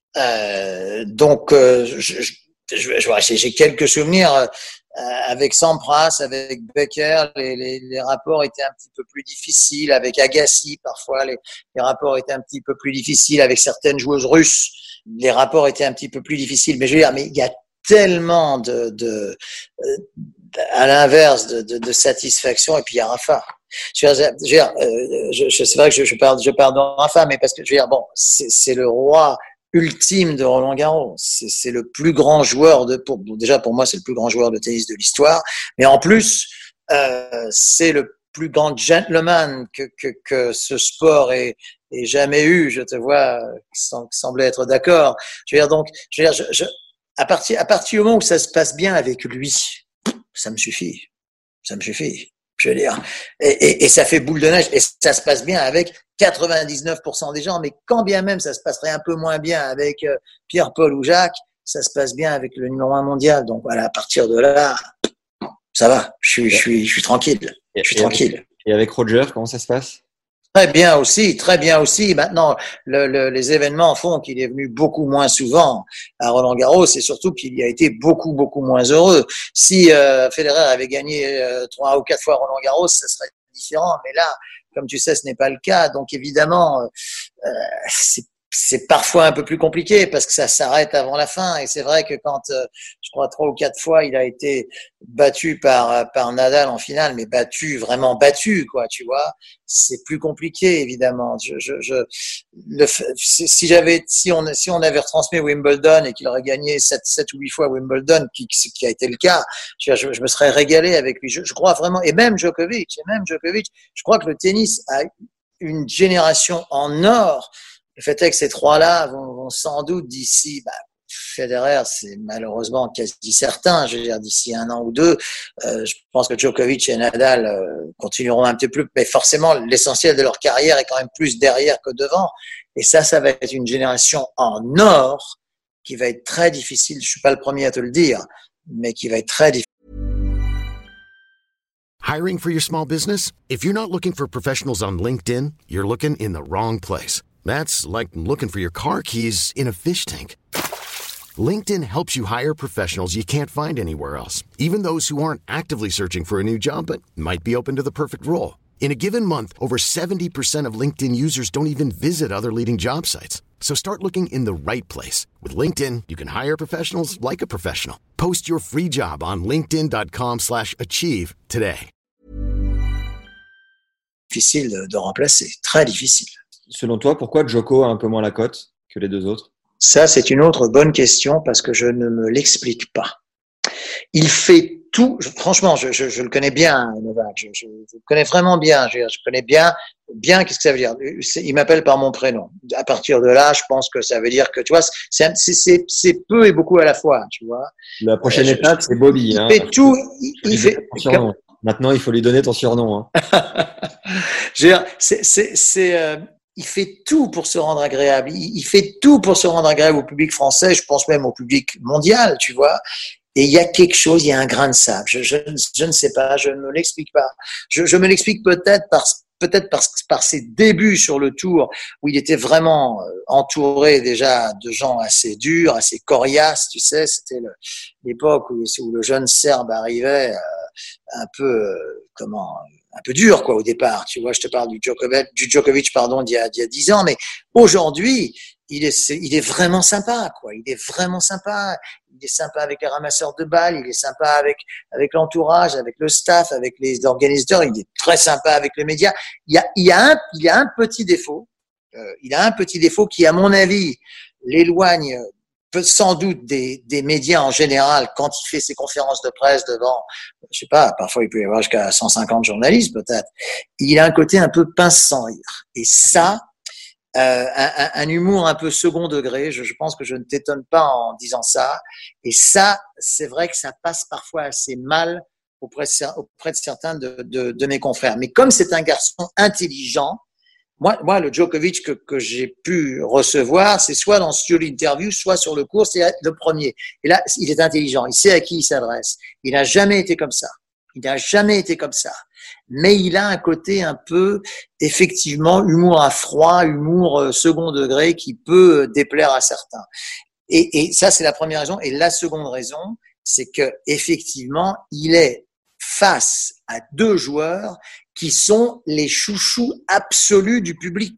Euh, donc, euh, je, je, je, je, j'ai quelques souvenirs euh, avec Sampras, avec Becker, les, les, les rapports étaient un petit peu plus difficiles. Avec Agassi, parfois, les, les rapports étaient un petit peu plus difficiles. Avec certaines joueuses russes, les rapports étaient un petit peu plus difficiles. Mais je veux dire, mais il y a tellement de, de, de à l'inverse de, de, de satisfaction. Et puis il y a Rafa. Je veux dire, je, veux dire, euh, je, je, c'est vrai que je, je parle, je parle de Rafa, mais parce que je veux dire, bon, c'est, c'est le roi ultime de Roland Garros. C'est, c'est le plus grand joueur de, pour, déjà pour moi, c'est le plus grand joueur de tennis de l'histoire. Mais en plus, euh, c'est le plus grand gentleman que, que, que ce sport ait, ait jamais eu. Je te vois, sans, semblait être d'accord. Je veux dire, donc, je veux dire, je, je, à partir, à partir du moment où ça se passe bien avec lui, ça me suffit. Ça me suffit. Je veux dire, et, et, et ça fait boule de neige, et ça se passe bien avec quatre-vingt-dix-neuf pour cent des gens, mais quand bien même ça se passerait un peu moins bien avec euh, Pierre-Paul ou Jacques, ça se passe bien avec le numéro un mondial. Donc voilà, à partir de là, ça va, je suis, je suis, je suis tranquille. Je suis et tranquille. Avec, et avec Roger, comment ça se passe? Très bien aussi, très bien aussi. Maintenant, le, le, les événements font qu'il est venu beaucoup moins souvent à Roland-Garros et surtout qu'il y a été beaucoup, beaucoup moins heureux. Si euh, Federer avait gagné euh, trois ou quatre fois Roland-Garros, ça serait différent. Mais là, comme tu sais, ce n'est pas le cas. Donc évidemment, euh, c'est c'est parfois un peu plus compliqué parce que ça s'arrête avant la fin. Et c'est vrai que quand, euh, je crois, trois ou quatre fois, il a été battu par par Nadal en finale, mais battu, vraiment battu, quoi, tu vois. C'est plus compliqué, évidemment. Je, je, je, le, si j'avais, si on, si on avait retransmis Wimbledon et qu'il aurait gagné sept, sept ou huit fois Wimbledon, qui, qui a été le cas, je, je, je me serais régalé avec lui. Je, je crois vraiment, et même Djokovic, et même Djokovic, je crois que le tennis a une génération en or. Le fait est que ces trois-là vont, vont sans doute d'ici, bah, Federer, c'est malheureusement quasi certain, je veux dire, d'ici un an ou deux, euh, je pense que Djokovic et Nadal euh, continueront un petit peu, mais forcément, l'essentiel de leur carrière est quand même plus derrière que devant. Et ça, ça va être une génération en or qui va être très difficile, je suis pas le premier à te le dire, mais qui va être très difficile. Hiring for your small business? If you're not looking for professionals on LinkedIn, you're looking in the wrong place. That's like looking for your car keys in a fish tank. LinkedIn helps you hire professionals you can't find anywhere else, even those who aren't actively searching for a new job but might be open to the perfect role. In a given month, over seventy percent of LinkedIn users don't even visit other leading job sites. So start looking in the right place. With LinkedIn, you can hire professionals like a professional. Post your free job on linkedin.com slash achieve today. Difficile de, de remplacer, très difficile. Selon toi, pourquoi Djoko a un peu moins la cote que les deux autres? Ça, c'est une autre bonne question parce que je ne me l'explique pas. Il fait tout. Je, franchement, je, je, je le connais bien, Novak. Je, je, je le connais vraiment bien. Je, je connais bien, bien. Qu'est-ce que ça veut dire? Il m'appelle par mon prénom. À partir de là, je pense que ça veut dire que tu vois, c'est, c'est, c'est, c'est peu et beaucoup à la fois. Tu vois. La prochaine euh, étape, je, c'est Bobby. Il hein. fait tout. Il, il fait. Comme... Maintenant, il faut lui donner ton surnom. Hein. je veux dire, c'est, c'est, c'est. Euh, il fait tout pour se rendre agréable. Il, il fait tout pour se rendre agréable au public français. Je pense même au public mondial. Tu vois. Et il y a quelque chose, il y a un grain de sable. Je, je, je ne sais pas, je ne me l'explique pas. Je, je me l'explique peut-être par, peut-être par, par ses débuts sur le tour où il était vraiment entouré déjà de gens assez durs, assez coriaces. Tu sais, c'était le, l'époque où, où le jeune Serbe arrivait euh, un peu, euh, comment, un peu dur quoi au départ. Tu vois, je te parle du Djokovic, du Djokovic pardon, d'il y a, d'il y a dix ans, mais aujourd'hui, il est, il est vraiment sympa quoi. Il est vraiment sympa. Il est sympa avec les ramasseurs de balles, il est sympa avec avec l'entourage, avec le staff, avec les organisateurs, il est très sympa avec les médias. Il y a il y a un il y a un petit défaut, euh, il a un petit défaut qui à mon avis l'éloigne sans doute des des médias en général quand il fait ses conférences de presse devant, je sais pas, parfois il peut y avoir jusqu'à cent cinquante journalistes peut-être. Il a un côté un peu pince sans rire et ça Euh, un, un humour un peu second degré, je, je pense que je ne t'étonne pas en disant ça. Et ça, c'est vrai que ça passe parfois assez mal auprès de, auprès de certains de, de, de mes confrères. Mais comme c'est un garçon intelligent, moi, moi le Djokovic que, que j'ai pu recevoir, c'est soit dans sur l'interview, soit sur le cours, c'est le premier. Et là, il est intelligent, il sait à qui il s'adresse. Il n'a jamais été comme ça. Il n'a jamais été comme ça. Mais il a un côté un peu, effectivement, humour à froid, humour second degré qui peut déplaire à certains. Et, et ça, c'est la première raison. Et la seconde raison, c'est que effectivement, il est face à deux joueurs qui sont les chouchous absolus du public.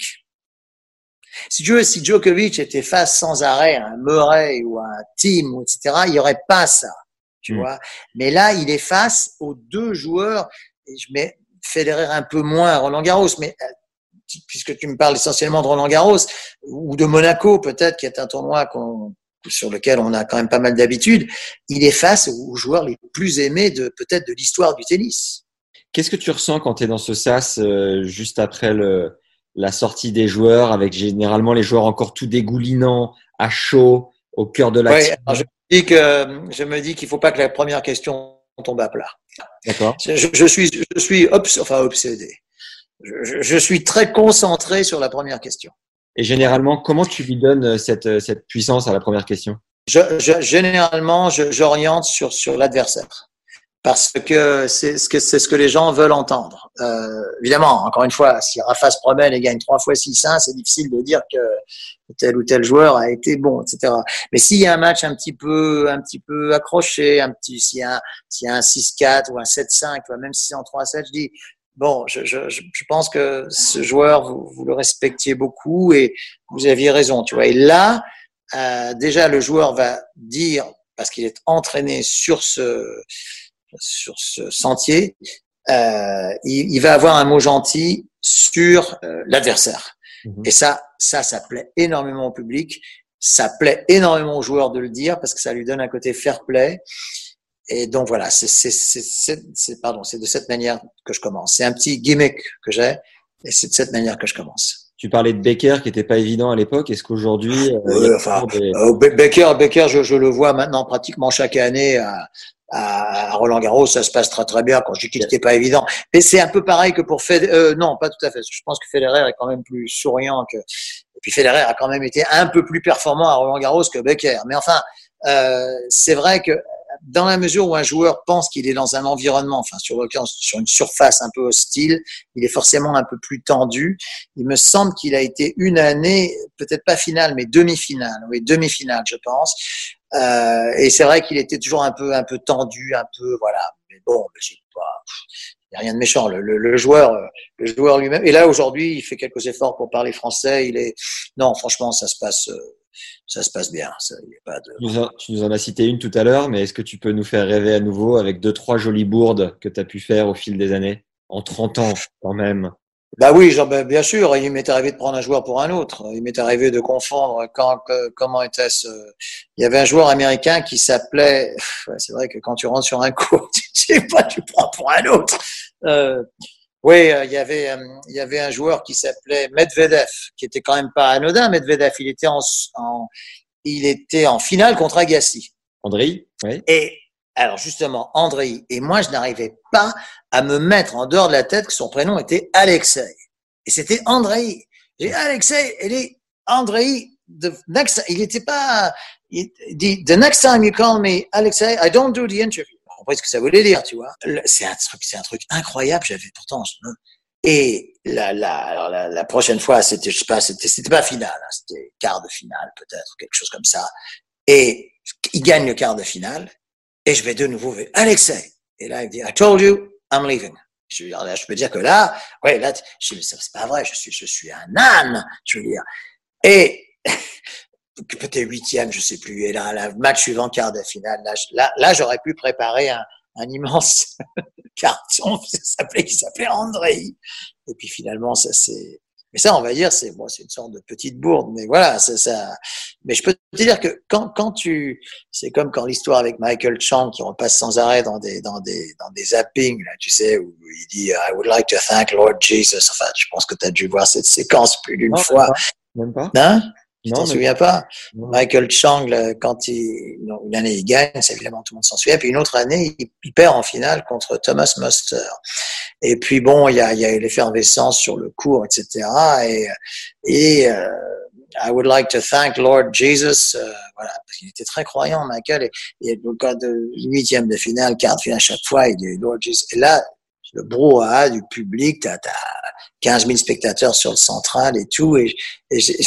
Si tu veux, si Djokovic était face sans arrêt à un Murray ou à un Thiem, et cetera, il n'y aurait pas ça. Tu mmh. vois. Mais là, il est face aux deux joueurs. Et je mets Federer un peu moins à Roland Garros, mais puisque tu me parles essentiellement de Roland Garros ou de Monaco, peut-être, qui est un tournoi qu'on, sur lequel on a quand même pas mal d'habitude, il est face aux joueurs les plus aimés de peut-être de l'histoire du tennis. Qu'est-ce que tu ressens quand tu es dans ce sas euh, juste après le, la sortie des joueurs, avec généralement les joueurs encore tout dégoulinants, à chaud, au cœur de l'action? Ouais, alors je me dis que je me dis qu'il faut pas que la première question tombe à plat. D'accord. Je, je suis, je suis obs, enfin obsédé. Je, je suis très concentré sur la première question. Et généralement, comment tu lui donnes cette, cette puissance à la première question? je, je, Généralement, je, j'oriente sur, sur l'adversaire. Parce que c'est ce que, c'est ce que les gens veulent entendre. Euh, évidemment, encore une fois, si Rafa se promène et gagne trois fois six un, c'est difficile de dire que tel ou tel joueur a été bon, et cetera. Mais s'il y a un match un petit peu, un petit peu accroché, un petit, s'il y a un, s'il y a un six quatre ou un sept cinq, même si c'est en trois sept, je dis, bon, je, je, je pense que ce joueur, vous, vous le respectiez beaucoup et vous aviez raison, tu vois. Et là, euh, déjà, le joueur va dire, parce qu'il est entraîné sur ce, sur ce sentier, euh, il, il va avoir un mot gentil sur euh, l'adversaire. Mmh. Et ça, ça, ça plaît énormément au public. Ça plaît énormément aux joueurs de le dire parce que ça lui donne un côté fair play. Et donc voilà, c'est, c'est, c'est, c'est, c'est, pardon, c'est de cette manière que je commence. C'est un petit gimmick que j'ai et c'est de cette manière que je commence. Tu parlais de Becker qui n'était pas évident à l'époque. Est-ce qu'aujourd'hui, euh, euh, enfin, des... euh, Becker, Becker, je, je le vois maintenant pratiquement chaque année à, à Roland Garros, ça se passe très très bien. Quand je dis qu'il n'était pas évident, mais c'est un peu pareil que pour Federer. Euh, non, pas tout à fait. Je pense que Federer est quand même plus souriant que. Et puis Federer a quand même été un peu plus performant à Roland Garros que Becker. Mais enfin, euh, c'est vrai que dans la mesure où un joueur pense qu'il est dans un environnement, enfin sur, sur une surface un peu hostile, il est forcément un peu plus tendu. Il me semble qu'il a été une année, peut-être pas finale, mais demi-finale. Oui, demi-finale, je pense. Euh, et c'est vrai qu'il était toujours un peu, un peu tendu, un peu, voilà. Mais bon, c'est pas, il n'y a rien de méchant. Le, le, le joueur, le joueur lui-même. Et là, aujourd'hui, il fait quelques efforts pour parler français. Il est, non, franchement, ça se passe. Ça se passe bien. Ça, y a pas de... tu, nous en, tu nous en as cité une tout à l'heure, mais est-ce que tu peux nous faire rêver à nouveau avec deux, trois jolies bourdes que tu as pu faire au fil des années? En trente ans, quand même. Bah oui, genre, bah, bien sûr. Il m'est arrivé de prendre un joueur pour un autre. Il m'est arrivé de confondre quand, que, comment était-ce. Il y avait un joueur américain qui s'appelait. C'est vrai que quand tu rentres sur un court, tu sais pas, tu prends pour un autre. Euh, Oui, il y avait, il y avait un joueur qui s'appelait Medvedev, qui était quand même pas anodin. Medvedev, il était en, en il était en finale contre Agassi. Andrei, oui. Et alors justement, Andrei. Et moi, je n'arrivais pas à me mettre en dehors de la tête que son prénom était Alexei. Et c'était Andrei. J'ai Alexei, il est Andrei. The next, il était pas. Il dit, the next time you call me Alexei, I don't do the interview. On compris ce que ça voulait dire, tu vois. C'est un truc, c'est un truc incroyable. J'avais pourtant. Et la, la, alors la, la prochaine fois, c'était, je sais pas, c'était, c'était pas finale, hein, c'était quart de finale peut-être, quelque chose comme ça. Et il gagne le quart de finale. Et je vais de nouveau vers Alexei. Et là, il me dit, I told you, I'm leaving. Je veux dire, là, je peux dire que là, ouais, là, je, c'est pas vrai. Je suis, je suis un âne. Je veux dire. Et peut-être huitième, je sais plus. Et là, le match suivant, quart de finale, là, là, là j'aurais pu préparer un, un immense carton qui s'appelait, qui s'appelait Andrei. Et puis finalement, ça c'est. Mais ça, on va dire, c'est bon, c'est une sorte de petite bourde. Mais voilà, ça, ça. Mais je peux te dire que quand, quand tu, c'est comme quand l'histoire avec Michael Chang qui repasse sans arrêt dans des, dans des, dans des zappings, là, tu sais, où il dit I would like to thank Lord Jesus. Enfin, je pense que tu as dû voir cette séquence plus d'une non, fois. Même pas. Même pas. Hein? Tu non, t'en souviens pas? Non. Michael Chang, quand il, une année il gagne, c'est évidemment tout le monde s'en souvient. Puis une autre année, il, il perd en finale contre Thomas Muster. Et puis bon, il y a, il y a eu l'effervescence sur le court, et cetera. Et, et euh, I would like to thank Lord Jesus. Euh, voilà, parce qu'il était très croyant, Michael. Et, et le cas de huitième de finale, quart de finale, à chaque fois, il dit Lord Jesus. Et là, le brouhaha du public, t'as, t'as quinze mille spectateurs sur le central et tout. Et, et j'ai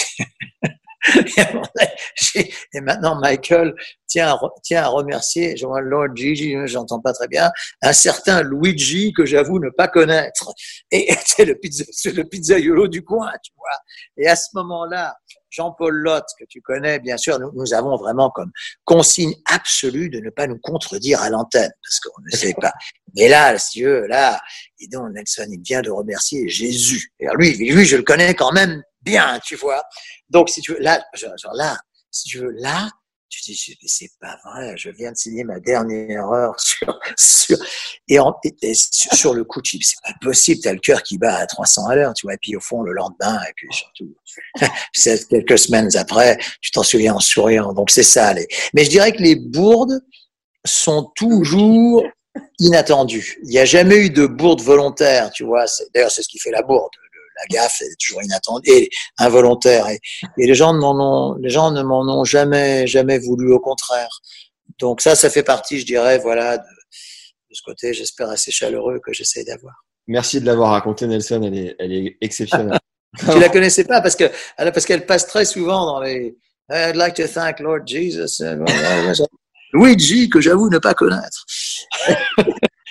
et maintenant, Michael tient à, tient à remercier, je vois Lord Gigi, j'entends pas très bien, un certain Luigi que j'avoue ne pas connaître. Et c'est le pizza, c'est le pizzaiolo du coin, tu vois. Et à ce moment-là, Jean-Paul Lotte, que tu connais, bien sûr, nous, nous avons vraiment comme consigne absolue de ne pas nous contredire à l'antenne, parce qu'on ne sait pas. Mais là, si eux, là, et donc Nelson, il vient de remercier Jésus. Et lui, lui, je le connais quand même bien, tu vois. Donc, si tu veux, là, genre, là, si tu veux, là, tu te dis, c'est pas vrai, je viens de signer ma dernière heure sur, sur, et, en, et, et sur, sur le coup, tu dis, c'est pas possible, t'as le cœur qui bat à trois cents à l'heure, tu vois, et puis au fond, le lendemain, et puis surtout, quelques semaines après, tu t'en souviens en souriant. Donc, c'est ça, les, mais je dirais que les bourdes sont toujours inattendues. Il n'y a jamais eu de bourde volontaire, tu vois, c'est, d'ailleurs, c'est ce qui fait la bourde. La gaffe est toujours inattendue et involontaire. Et, et les gens ne m'en ont, les gens ne m'en ont jamais, jamais voulu, au contraire. Donc ça, ça fait partie, je dirais, voilà, de, de ce côté, j'espère, assez chaleureux que j'essaie d'avoir. Merci de l'avoir raconté, Nelson. Elle est, elle est exceptionnelle. Tu la connaissais pas parce que, parce qu'elle passe très souvent dans les, I'd like to thank Lord Jesus. Luigi, que j'avoue ne pas connaître.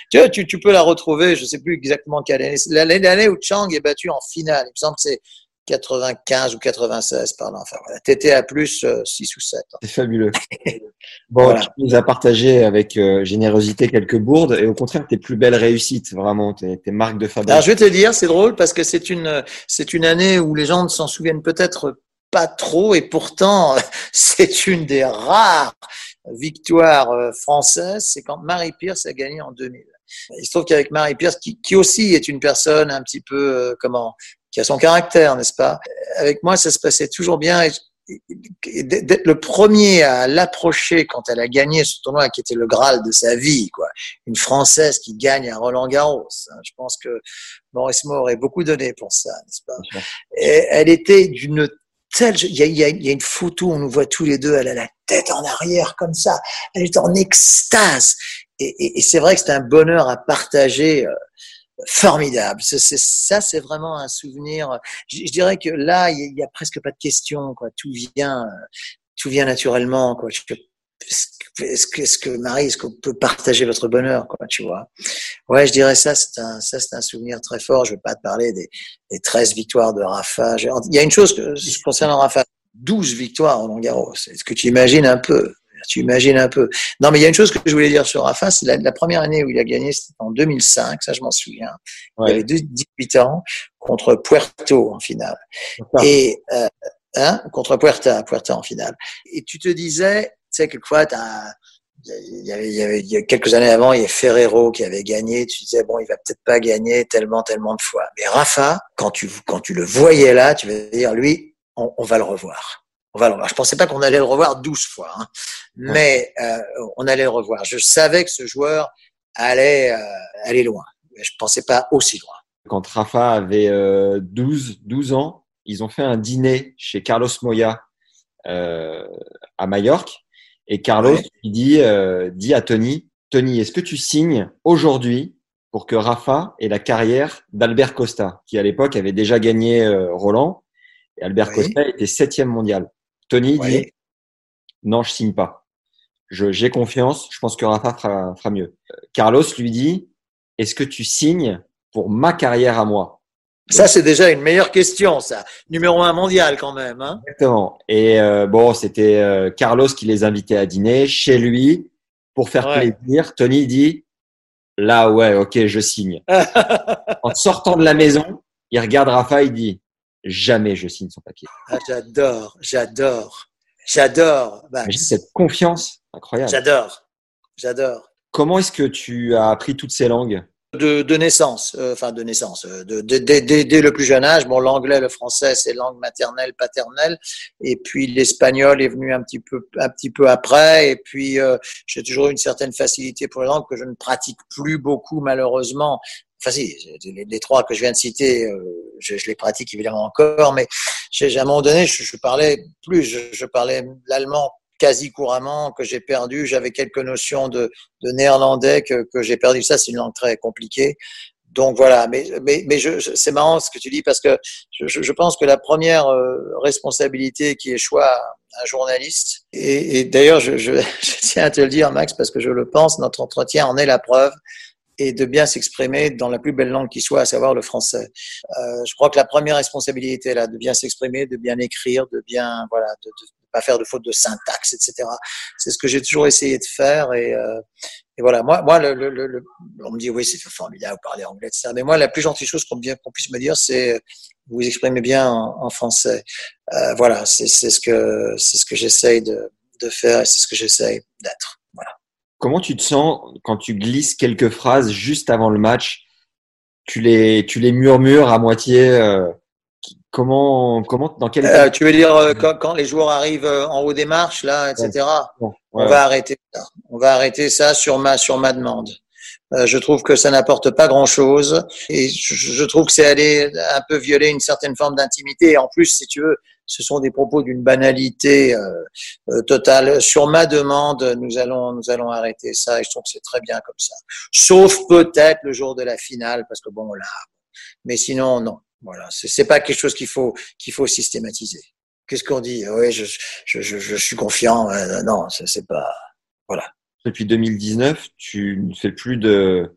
Tu vois, tu, tu peux la retrouver, je sais plus exactement quelle année. L'année, l'année où Chang est battu en finale. Il me semble que c'est quatre-vingt-quinze ou quatre-vingt-seize par là. Enfin, voilà. T T A plus euh, six ou sept. C'est fabuleux. Bon, Voilà. tu nous as partagé avec euh, générosité quelques bourdes et au contraire tes plus belles réussites, vraiment, tes, tes marques de Alors, fabrique. je vais te dire, c'est drôle parce que c'est une, c'est une année où les gens ne s'en souviennent peut-être pas trop et pourtant, c'est une des rares victoires euh, françaises. C'est quand Marie Pierce a gagné en deux mille. Il se trouve qu'avec Marie Pierce, qui, qui aussi est une personne un petit peu, euh, comment, qui a son caractère, n'est-ce pas? Avec moi, ça se passait toujours bien et, et d'être le premier à l'approcher quand elle a gagné ce tournoi qui était le Graal de sa vie, quoi. Une Française qui gagne à Roland-Garros. Je pense que Maurice Mo aurait beaucoup donné pour ça, n'est-ce pas? Et elle était d'une telle, il y a, il y a, il y a une photo où on nous voit tous les deux, elle a la tête en arrière comme ça. Elle est en extase. Et, et, et c'est vrai que c'est un bonheur à partager euh, formidable. C'est, c'est, ça, c'est vraiment un souvenir. Je, je dirais que là, il y, a presque pas de question, quoi. Tout vient, tout vient naturellement, quoi. Je, est-ce que, est-ce que Marie, est-ce qu'on peut partager votre bonheur, quoi, tu vois? Ouais, je dirais ça, c'est un, ça, c'est un souvenir très fort. Je vais pas te parler des, des treize victoires de Rafa. Il y a une chose que, concernant Rafa, douze victoires au Roland-Garros. Est-ce que tu imagines un peu? Tu imagines un peu. Non, mais il y a une chose que je voulais dire sur Rafa, c'est la, la première année où il a gagné, c'était en deux mille cinq, ça je m'en souviens. Ouais. Il avait dix-huit ans contre Puerto en finale. Ah. Et euh, hein, contre Puerta, Puerta en finale. Et tu te disais, tu sais, quelquefois, t'as, il y avait, il y avait, il y a quelques années avant, il y a Ferrero qui avait gagné. Tu disais bon, il va peut-être pas gagner tellement, tellement de fois. Mais Rafa, quand tu, quand tu le voyais là, tu vas dire, lui, on, on va le revoir. On va le revoir. Je pensais pas qu'on allait le revoir douze fois, hein, mais euh, on allait le revoir. Je savais que ce joueur allait euh, aller loin, mais je pensais pas aussi loin. Quand Rafa avait euh, douze, douze ans, ils ont fait un dîner chez Carlos Moya euh, à Majorque, et Carlos ouais. il dit, euh, dit à Tony, Tony, est-ce que tu signes aujourd'hui pour que Rafa ait la carrière d'Albert Costa, qui à l'époque avait déjà gagné euh, Roland, et Albert oui. Costa était septième mondial. Tony oui. dit non, je signe pas. Je, j'ai confiance. Je pense que Rafa fera, fera mieux. Carlos lui dit est-ce que tu signes pour ma carrière à moi? Ça, c'est déjà une meilleure question, ça. Numéro un mondial quand même. Hein. Exactement. Et euh, bon, c'était euh, Carlos qui les invitait à dîner chez lui pour faire ouais. plaisir. Tony dit là, ouais, ok, je signe. En sortant de la maison, il regarde Rafa, il dit jamais je signe son papier. Ah, j'adore, j'adore, j'adore. Max. J'ai cette confiance incroyable. J'adore, j'adore. Comment est-ce que tu as appris toutes ces langues? De, de naissance, euh, enfin de naissance, euh, de, de, de, de, dès le plus jeune âge. Bon, l'anglais, le français, c'est langue maternelle, paternelle, et puis l'espagnol est venu un petit peu, un petit peu après. Et puis euh, j'ai toujours eu une certaine facilité pour les langues que je ne pratique plus beaucoup, malheureusement. Enfin si, les, les trois que je viens de citer, euh, je, je les pratique évidemment encore, mais j'ai, à un moment donné, je, je parlais plus, je, je parlais l'allemand quasi couramment, que j'ai perdu. J'avais quelques notions de, de néerlandais que, que j'ai perdu. Ça, c'est une langue très compliquée. Donc voilà, mais, mais, mais je, je, c'est marrant ce que tu dis parce que je, je pense que la première euh, responsabilité qui échoue à un journaliste, et, et d'ailleurs je, je, je tiens à te le dire Max parce que je le pense, notre entretien en est la preuve, et de bien s'exprimer dans la plus belle langue qui soit, à savoir le français. Euh, je crois que la première responsabilité est là, de bien s'exprimer, de bien écrire, de bien, voilà, de, de pas faire de fautes de syntaxe, et cetera. C'est ce que j'ai toujours essayé de faire, et, euh, et voilà. Moi, moi, le, le, le, on me dit oui, c'est formidable, vous parlez anglais, et cetera. Mais moi, la plus gentille chose qu'on, qu'on puisse me dire, c'est vous vous exprimez bien en, en français. Euh, voilà, c'est, c'est ce que c'est ce que j'essaye de, de faire, et c'est ce que j'essaye d'être. Voilà. Comment tu te sens quand tu glisses quelques phrases juste avant le match? Tu les, tu les murmures à moitié. Euh, comment, comment, dans quel euh, Tu veux dire euh, quand, quand les joueurs arrivent en haut des marches, là, et cetera. Ouais. Ouais, on ouais. va arrêter ça. On va arrêter ça sur ma, sur ma demande. Euh, je trouve que ça n'apporte pas grand-chose, et je, je trouve que c'est aller un peu violer une certaine forme d'intimité. Et en plus, si tu veux, ce sont des propos d'une banalité euh, euh, totale. Sur ma demande, nous allons nous allons arrêter ça, et je trouve que c'est très bien comme ça. Sauf peut-être le jour de la finale, parce que bon là, mais sinon non. Voilà, c'est, c'est pas quelque chose qu'il faut qu'il faut systématiser. Qu'est-ce qu'on dit? Oui, je je je, je suis confiant. Euh, non, c'est, c'est pas. Voilà. Depuis deux mille dix-neuf, tu ne fais plus de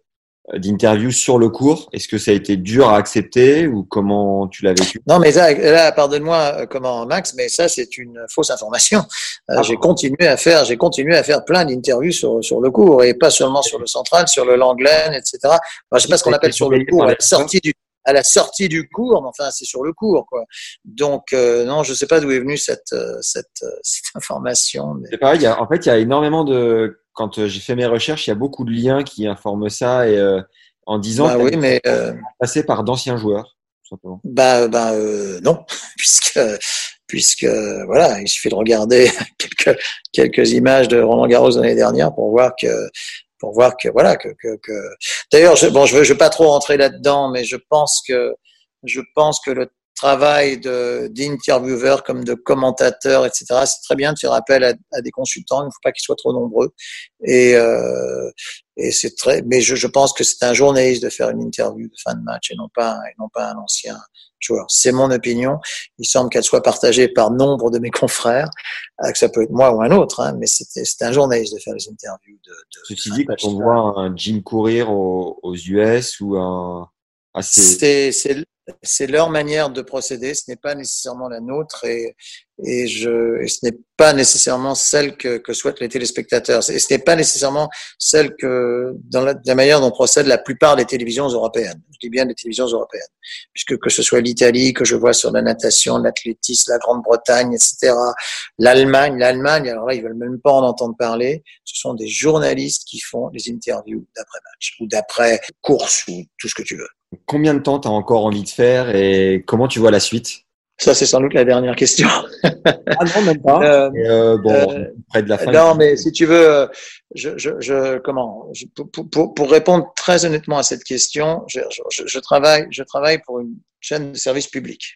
d'interview sur le court. Est-ce que ça a été dur à accepter ou comment tu l'as vécu? Non, mais là, là pardonne-moi, comment, Max, mais ça, c'est une fausse information. Euh, Ah j'ai bon. continué à faire, j'ai continué à faire plein d'interviews sur, sur le court et pas seulement sur le central, sur le Langlaine, et cetera. Enfin, je sais pas ce qu'on appelle sur le court, à la sortie du, à la sortie du cours, mais enfin, c'est sur le cours, quoi. Donc, euh, non, je sais pas d'où est venue cette, cette, cette information. Mais... C'est pareil, il y a, en fait, il y a énormément de, quand euh, j'ai fait mes recherches, il y a beaucoup de liens qui informent ça et euh, en disant Bah que oui, mais euh, passé par d'anciens joueurs, tout simplement. bah, bah euh, non, puisque puisque voilà, il suffit de regarder quelques quelques images de Roland Garros de l'année dernière pour voir que pour voir que voilà que que, que... D'ailleurs, je, bon, je veux je veux pas trop rentrer là-dedans, mais je pense que je pense que le travail de d'intervieweur comme de commentateur, et cetera. C'est très bien de faire appel à, à des consultants. Il ne faut pas qu'ils soient trop nombreux. Et euh, et c'est très. Mais je, je pense que c'est un journaliste de faire une interview de fin de match et non pas et non pas un ancien joueur. C'est mon opinion. Il semble qu'elle soit partagée par nombre de mes confrères. Que ça peut être moi ou un autre, hein, mais c'est c'est un journaliste de faire les interviews de. de Ceci dit, quand on voit un Jim Courier aux, aux U S ou un assez... C'est, c'est, c'est leur manière de procéder, ce n'est pas nécessairement la nôtre et, et, je, et ce n'est pas nécessairement celle que, que souhaitent les téléspectateurs. Et ce n'est pas nécessairement celle que, dans la, la manière dont procèdent la plupart des télévisions européennes. Je dis bien des télévisions européennes. Puisque que ce soit l'Italie, que je vois sur la natation, l'athlétisme, la Grande-Bretagne, et cetera. L'Allemagne, l'Allemagne, alors là, ils veulent même pas en entendre parler. Ce sont des journalistes qui font les interviews d'après-match ou d'après-course ou tout ce que tu veux. Combien de temps tu as encore envie de faire et comment tu vois la suite? Ça, c'est sans doute la dernière question. Ah non, même pas. Euh, et euh, bon, euh, près de la fin. non, mais si tu veux, je, je, je comment, je, pour, pour, pour répondre très honnêtement à cette question, je, je, je travaille, je travaille pour une chaîne de service public.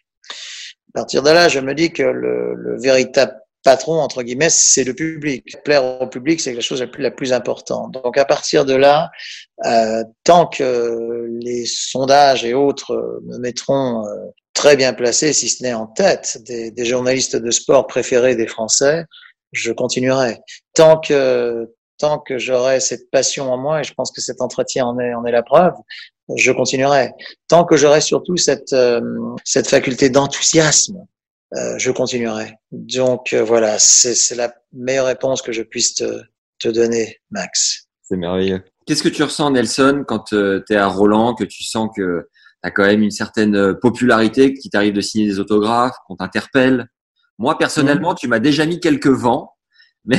À partir de là, je me dis que le, le véritable patron, entre guillemets, c'est le public. Plaire au public, c'est la chose la plus, la plus importante. Donc, à partir de là, euh, tant que les sondages et autres me mettront euh, très bien placé, si ce n'est en tête, des, des journalistes de sport préférés des Français, je continuerai. Tant que, tant que j'aurai cette passion en moi, et je pense que cet entretien en est, en est la preuve, je continuerai. Tant que j'aurai surtout cette, euh, cette faculté d'enthousiasme, Euh, je continuerai. Donc euh, voilà, c'est, c'est la meilleure réponse que je puisse te, te donner, Max. C'est merveilleux. Qu'est-ce que tu ressens, Nelson, quand euh, tu es à Roland, que tu sens que tu as quand même une certaine popularité, qu'il t'arrive de signer des autographes, qu'on t'interpelle? Moi, personnellement, mmh. tu m'as déjà mis quelques vents, mais…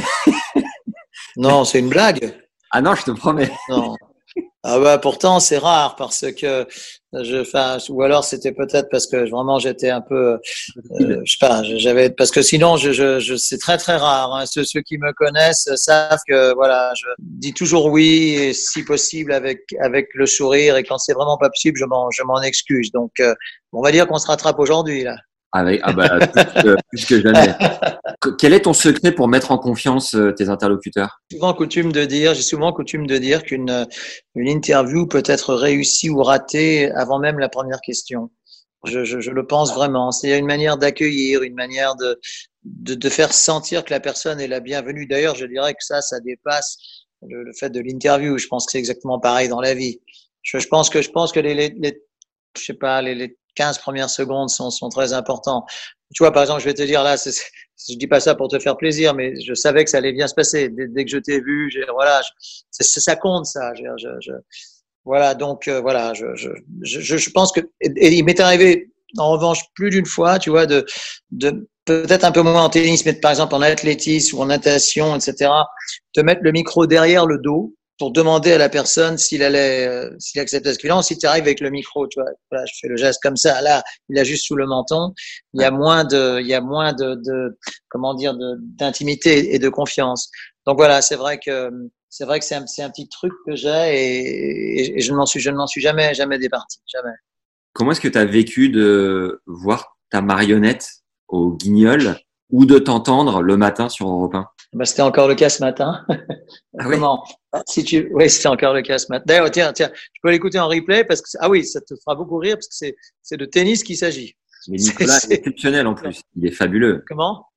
Non, c'est une blague. Ah non, je te promets. Non. Ah bah pourtant c'est rare parce que je, enfin, ou alors c'était peut-être parce que vraiment j'étais un peu, euh, je sais pas, j'avais parce que sinon je, je, je c'est très très rare. Hein. Ceux, ceux qui me connaissent savent que voilà, je dis toujours oui et si possible avec avec le sourire et quand c'est vraiment pas possible je m'en je m'en excuse. Donc euh, on va dire qu'on se rattrape aujourd'hui là. Avec, ah bah plus que, plus que jamais. Quel est ton secret pour mettre en confiance tes interlocuteurs? J'ai souvent coutume de dire, j'ai souvent coutume de dire qu'une une interview peut être réussie ou ratée avant même la première question. Je, je, je le pense vraiment. C'est une manière d'accueillir, une manière de, de de faire sentir que la personne est la bienvenue. D'ailleurs, je dirais que ça, ça dépasse le, le fait de l'interview. Je pense que c'est exactement pareil dans la vie. Je, je pense que je pense que les, les, les je sais pas les, les quinze premières secondes sont, sont très importants. Tu vois, par exemple, je vais te dire là, c'est, je dis pas ça pour te faire plaisir, mais je savais que ça allait bien se passer. Dès, dès que je t'ai vu, j'ai, voilà, je, c'est, ça compte ça. Je, je, je, voilà, donc euh, voilà, je, je, je, je pense que et, et il m'est arrivé en revanche plus d'une fois, tu vois, de, de peut-être un peu moins en tennis, mais par exemple en athlétisme ou en natation, et cetera, de mettre le micro derrière le dos pour demander à la personne s'il allait, euh, s'il acceptait ce client. Si tu arrives avec le micro, tu vois, voilà, je fais le geste comme ça. Là, il a juste sous le menton. Il y a moins de, il y a moins de, de comment dire, de, d'intimité et de confiance. Donc voilà, c'est vrai que c'est vrai que c'est un, c'est un petit truc que j'ai et, et je ne m'en suis, je ne m'en suis jamais, jamais départi, jamais. Comment est-ce que tu as vécu de voir ta marionnette au Guignol ou de t'entendre le matin sur Europe un? Ben, c'était encore le cas ce matin. Ah Comment? Oui, si tu, oui, c'était encore le cas ce matin. D'ailleurs, tiens, tiens, tu peux l'écouter en replay parce que, ah oui, ça te fera beaucoup rire parce que c'est, c'est de tennis qu'il s'agit. Mais Nicolas c'est, est exceptionnel en plus. Il est fabuleux. Comment?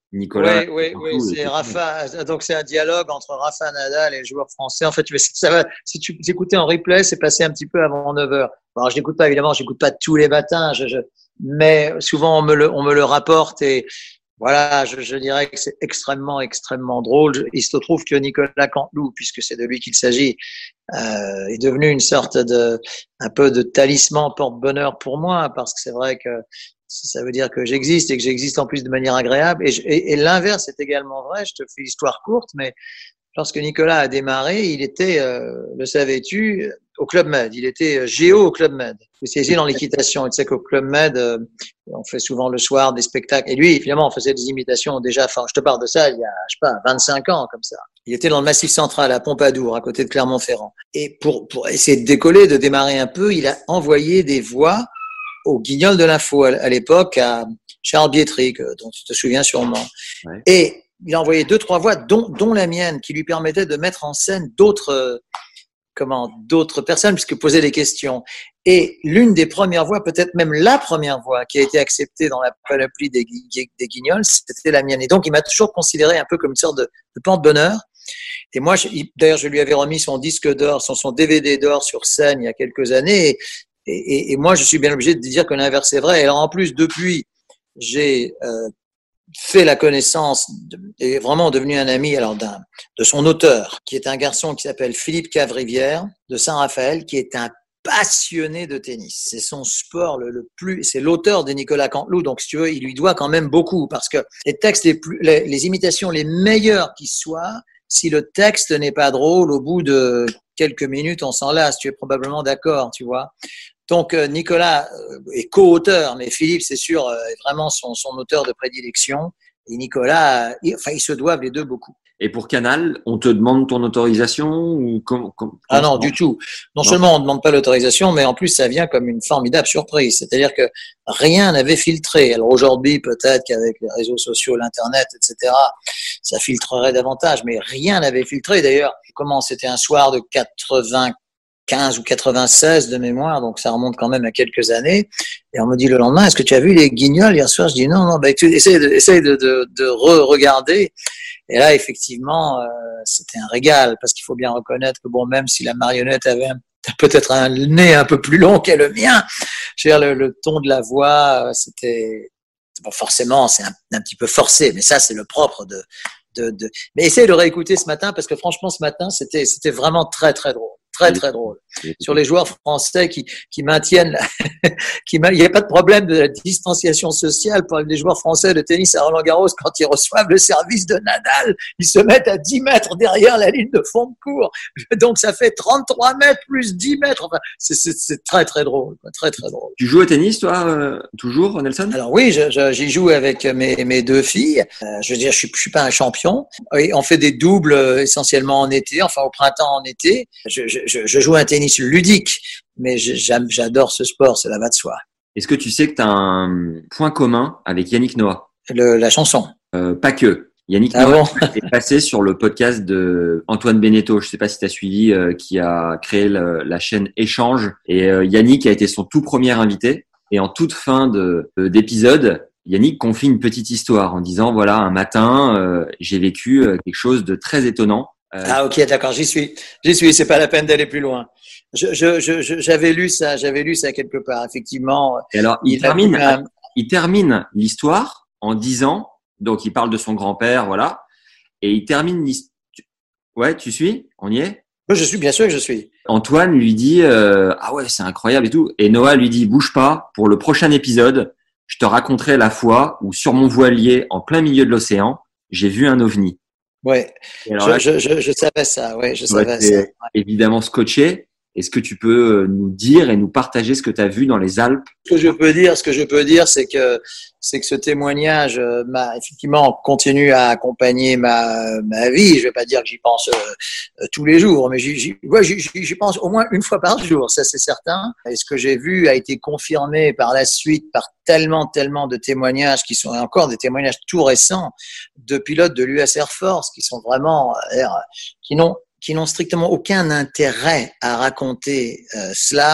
Nicolas. Oui, oui, oui, c'est Rafa. Donc c'est un dialogue entre Rafa Nadal et le joueur français. En fait, tu ça va, si tu écoutais en replay, c'est passé un petit peu avant neuf heures. Alors je n'écoute pas évidemment, j'écoute pas tous les matins, je, je, mais souvent on me le, on me le rapporte et voilà, je, je dirais que c'est extrêmement, extrêmement drôle. Il se trouve que Nicolas Canteloup, puisque c'est de lui qu'il s'agit, euh, est devenu une sorte de, un peu de talisman porte-bonheur pour moi, parce que c'est vrai que ça veut dire que j'existe et que j'existe en plus de manière agréable. Et, je, et, et l'inverse est également vrai. Je te fais l'histoire courte, mais lorsque Nicolas a démarré, il était, euh, le savais-tu, au Club Med. Il était géo au Club Med. Spécialisé dans l'équitation. Et tu sais qu'au Club Med, euh, on fait souvent le soir des spectacles. Et lui, finalement, on faisait des imitations déjà. Enfin, je te parle de ça il y a, je sais pas, vingt-cinq ans comme ça. Il était dans le Massif Central à Pompadour, à côté de Clermont-Ferrand. Et pour, pour essayer de décoller, de démarrer un peu, il a envoyé des voix au Guignol de l'Info à l'époque, à Charles Bietri, dont tu te souviens sûrement. Ouais. Et il a envoyé deux, trois voix, dont, dont la mienne, qui lui permettait de mettre en scène d'autres, comment, d'autres personnes, puisque poser des questions. Et l'une des premières voix, peut-être même la première voix qui a été acceptée dans la panoplie des, des Guignols, c'était la mienne. Et donc, il m'a toujours considéré un peu comme une sorte de, de porte-bonheur. Et moi, je, d'ailleurs, je lui avais remis son disque d'or, son, son D V D d'or sur scène il y a quelques années. Et, Et, et, et moi, je suis bien obligé de dire que l'inverse est vrai. Et alors, en plus, depuis, j'ai euh, fait la connaissance de, et vraiment devenu un ami alors d'un de son auteur, qui est un garçon qui s'appelle Philippe Cavrivière de Saint-Raphaël, qui est un passionné de tennis. C'est son sport le, le plus. C'est l'auteur de Nicolas Canteloup, donc si tu veux, il lui doit quand même beaucoup parce que les textes les plus, les, les imitations les meilleures qui soient, si le texte n'est pas drôle, au bout de quelques minutes, on s'en lasse. Tu es probablement d'accord, tu vois. Donc, Nicolas est co-auteur, mais Philippe, c'est sûr, est vraiment son, son auteur de prédilection. Et Nicolas, il, enfin, ils se doivent les deux beaucoup. Et pour Canal, on te demande ton autorisation ou comment, comment Ah non, du tout. Non, non seulement on ne demande pas l'autorisation, mais en plus, ça vient comme une formidable surprise. C'est-à-dire que rien n'avait filtré. Alors aujourd'hui, peut-être qu'avec les réseaux sociaux, l'Internet, et cetera, ça filtrerait davantage, mais rien n'avait filtré. D'ailleurs, comment c'était un soir de quatre-vingt-quinze ou quatre-vingt-seize de mémoire, donc ça remonte quand même à quelques années. Et on me dit le lendemain, est-ce que tu as vu les Guignols hier soir? Je dis non, non, bah, essaye de, essaye de, de, de re-regarder. Et là, effectivement, euh, c'était un régal, parce qu'il faut bien reconnaître que bon, même si la marionnette avait un, peut-être un nez un peu plus long qu'est le mien, je veux dire, le, le ton de la voix, c'était bon, forcément, c'est un, un petit peu forcé, mais ça, c'est le propre de, de, de. Mais essaye de réécouter ce matin, parce que franchement, ce matin, c'était, c'était vraiment très, très drôle. Très, très drôle. Sur les joueurs français qui, qui maintiennent, la, qui, il n'y a pas de problème de la distanciation sociale pour les joueurs français de tennis à Roland-Garros quand ils reçoivent le service de Nadal. Ils se mettent à dix mètres derrière la ligne de fond de cours. Donc, ça fait trente-trois mètres plus dix mètres. Enfin, c'est, c'est, c'est très, très drôle. Très, très drôle. Tu joues au tennis, toi, euh, toujours, Nelson? Alors oui, je, je, j'y joue avec mes, mes deux filles. Euh, je veux dire, je suis, je suis pas un champion. Et on fait des doubles euh, essentiellement en été, enfin au printemps, en été. Je, je, Je, je joue un tennis ludique, mais j'adore ce sport, cela va de soi. Est-ce que tu sais que tu as un point commun avec Yannick Noah? Le, La chanson. Euh, pas que. Yannick ah Noah bon est passé sur le podcast de Antoine Beneteau, je ne sais pas si tu as suivi, euh, qui a créé le, la chaîne Échange. Et euh, Yannick a été son tout premier invité. Et en toute fin de, de, d'épisode, Yannick confie une petite histoire en disant, voilà, un matin, euh, j'ai vécu euh, quelque chose de très étonnant. Euh, ah ok, d'accord, j'y suis, j'y suis. C'est pas la peine d'aller plus loin. Je, je, je, j'avais lu ça, j'avais lu ça quelque part. Effectivement. Et alors, il, il termine, un... il termine l'histoire en disant, donc il parle de son grand-père, voilà, et il termine l'histoire. Ouais, tu suis? On y est? Je suis, bien sûr que je suis. Antoine lui dit, euh, ah ouais, c'est incroyable et tout. Et Noah lui dit, bouge pas. Pour le prochain épisode, je te raconterai la fois où sur mon voilier, en plein milieu de l'océan, j'ai vu un ovni. Ouais, je, là, je, je, je savais ça, ouais, je savais ça. Ouais. Évidemment scotché. Est-ce que tu peux nous dire et nous partager ce que tu as vu dans les Alpes? Ce que je peux dire, ce que je peux dire, c'est que c'est que ce témoignage m'a effectivement continue à accompagner ma ma vie. Je vais pas dire que j'y pense euh, tous les jours, mais j'y j'y, ouais, j'y j'y pense au moins une fois par jour, ça c'est certain. Et ce que j'ai vu a été confirmé par la suite par tellement tellement de témoignages qui sont encore des témoignages tout récents de pilotes de l'U S Air Force qui sont vraiment euh, qui n'ont qui n'ont strictement aucun intérêt à raconter euh, cela,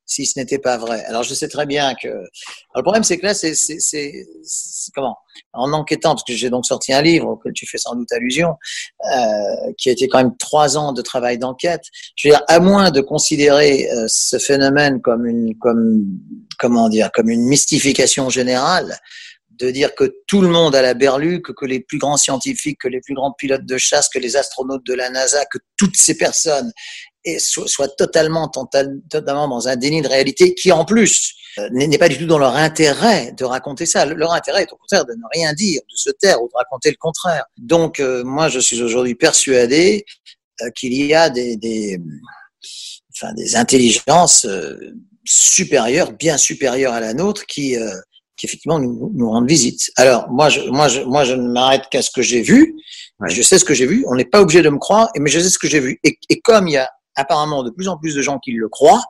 si ce n'était pas vrai. Alors je sais très bien que. Alors, le problème, c'est que là, c'est, c'est, c'est, c'est comment en enquêtant, parce que j'ai donc sorti un livre auquel tu fais sans doute allusion, euh, qui a été quand même trois ans de travail d'enquête. Je veux dire, à moins de considérer euh, ce phénomène comme une, comme, comment dire, comme une mystification générale, de dire que tout le monde a la berlue, que, que les plus grands scientifiques, que les plus grands pilotes de chasse, que les astronautes de la NASA, que toutes ces personnes et soient, soient totalement, totalement dans un déni de réalité qui, en plus, euh, n'est pas du tout dans leur intérêt de raconter ça. Leur intérêt est au contraire de ne rien dire, de se taire ou de raconter le contraire. Donc, euh, moi, je suis aujourd'hui persuadé euh, qu'il y a des, des, enfin, des intelligences euh, supérieures, bien supérieures à la nôtre, qui euh, qui effectivement nous, nous rendent visite. Alors moi je moi je moi je ne m'arrête qu'à ce que j'ai vu. Ouais. Je sais ce que j'ai vu. On n'est pas obligé de me croire, mais je sais ce que j'ai vu. Et, et comme il y a apparemment de plus en plus de gens qui le croient,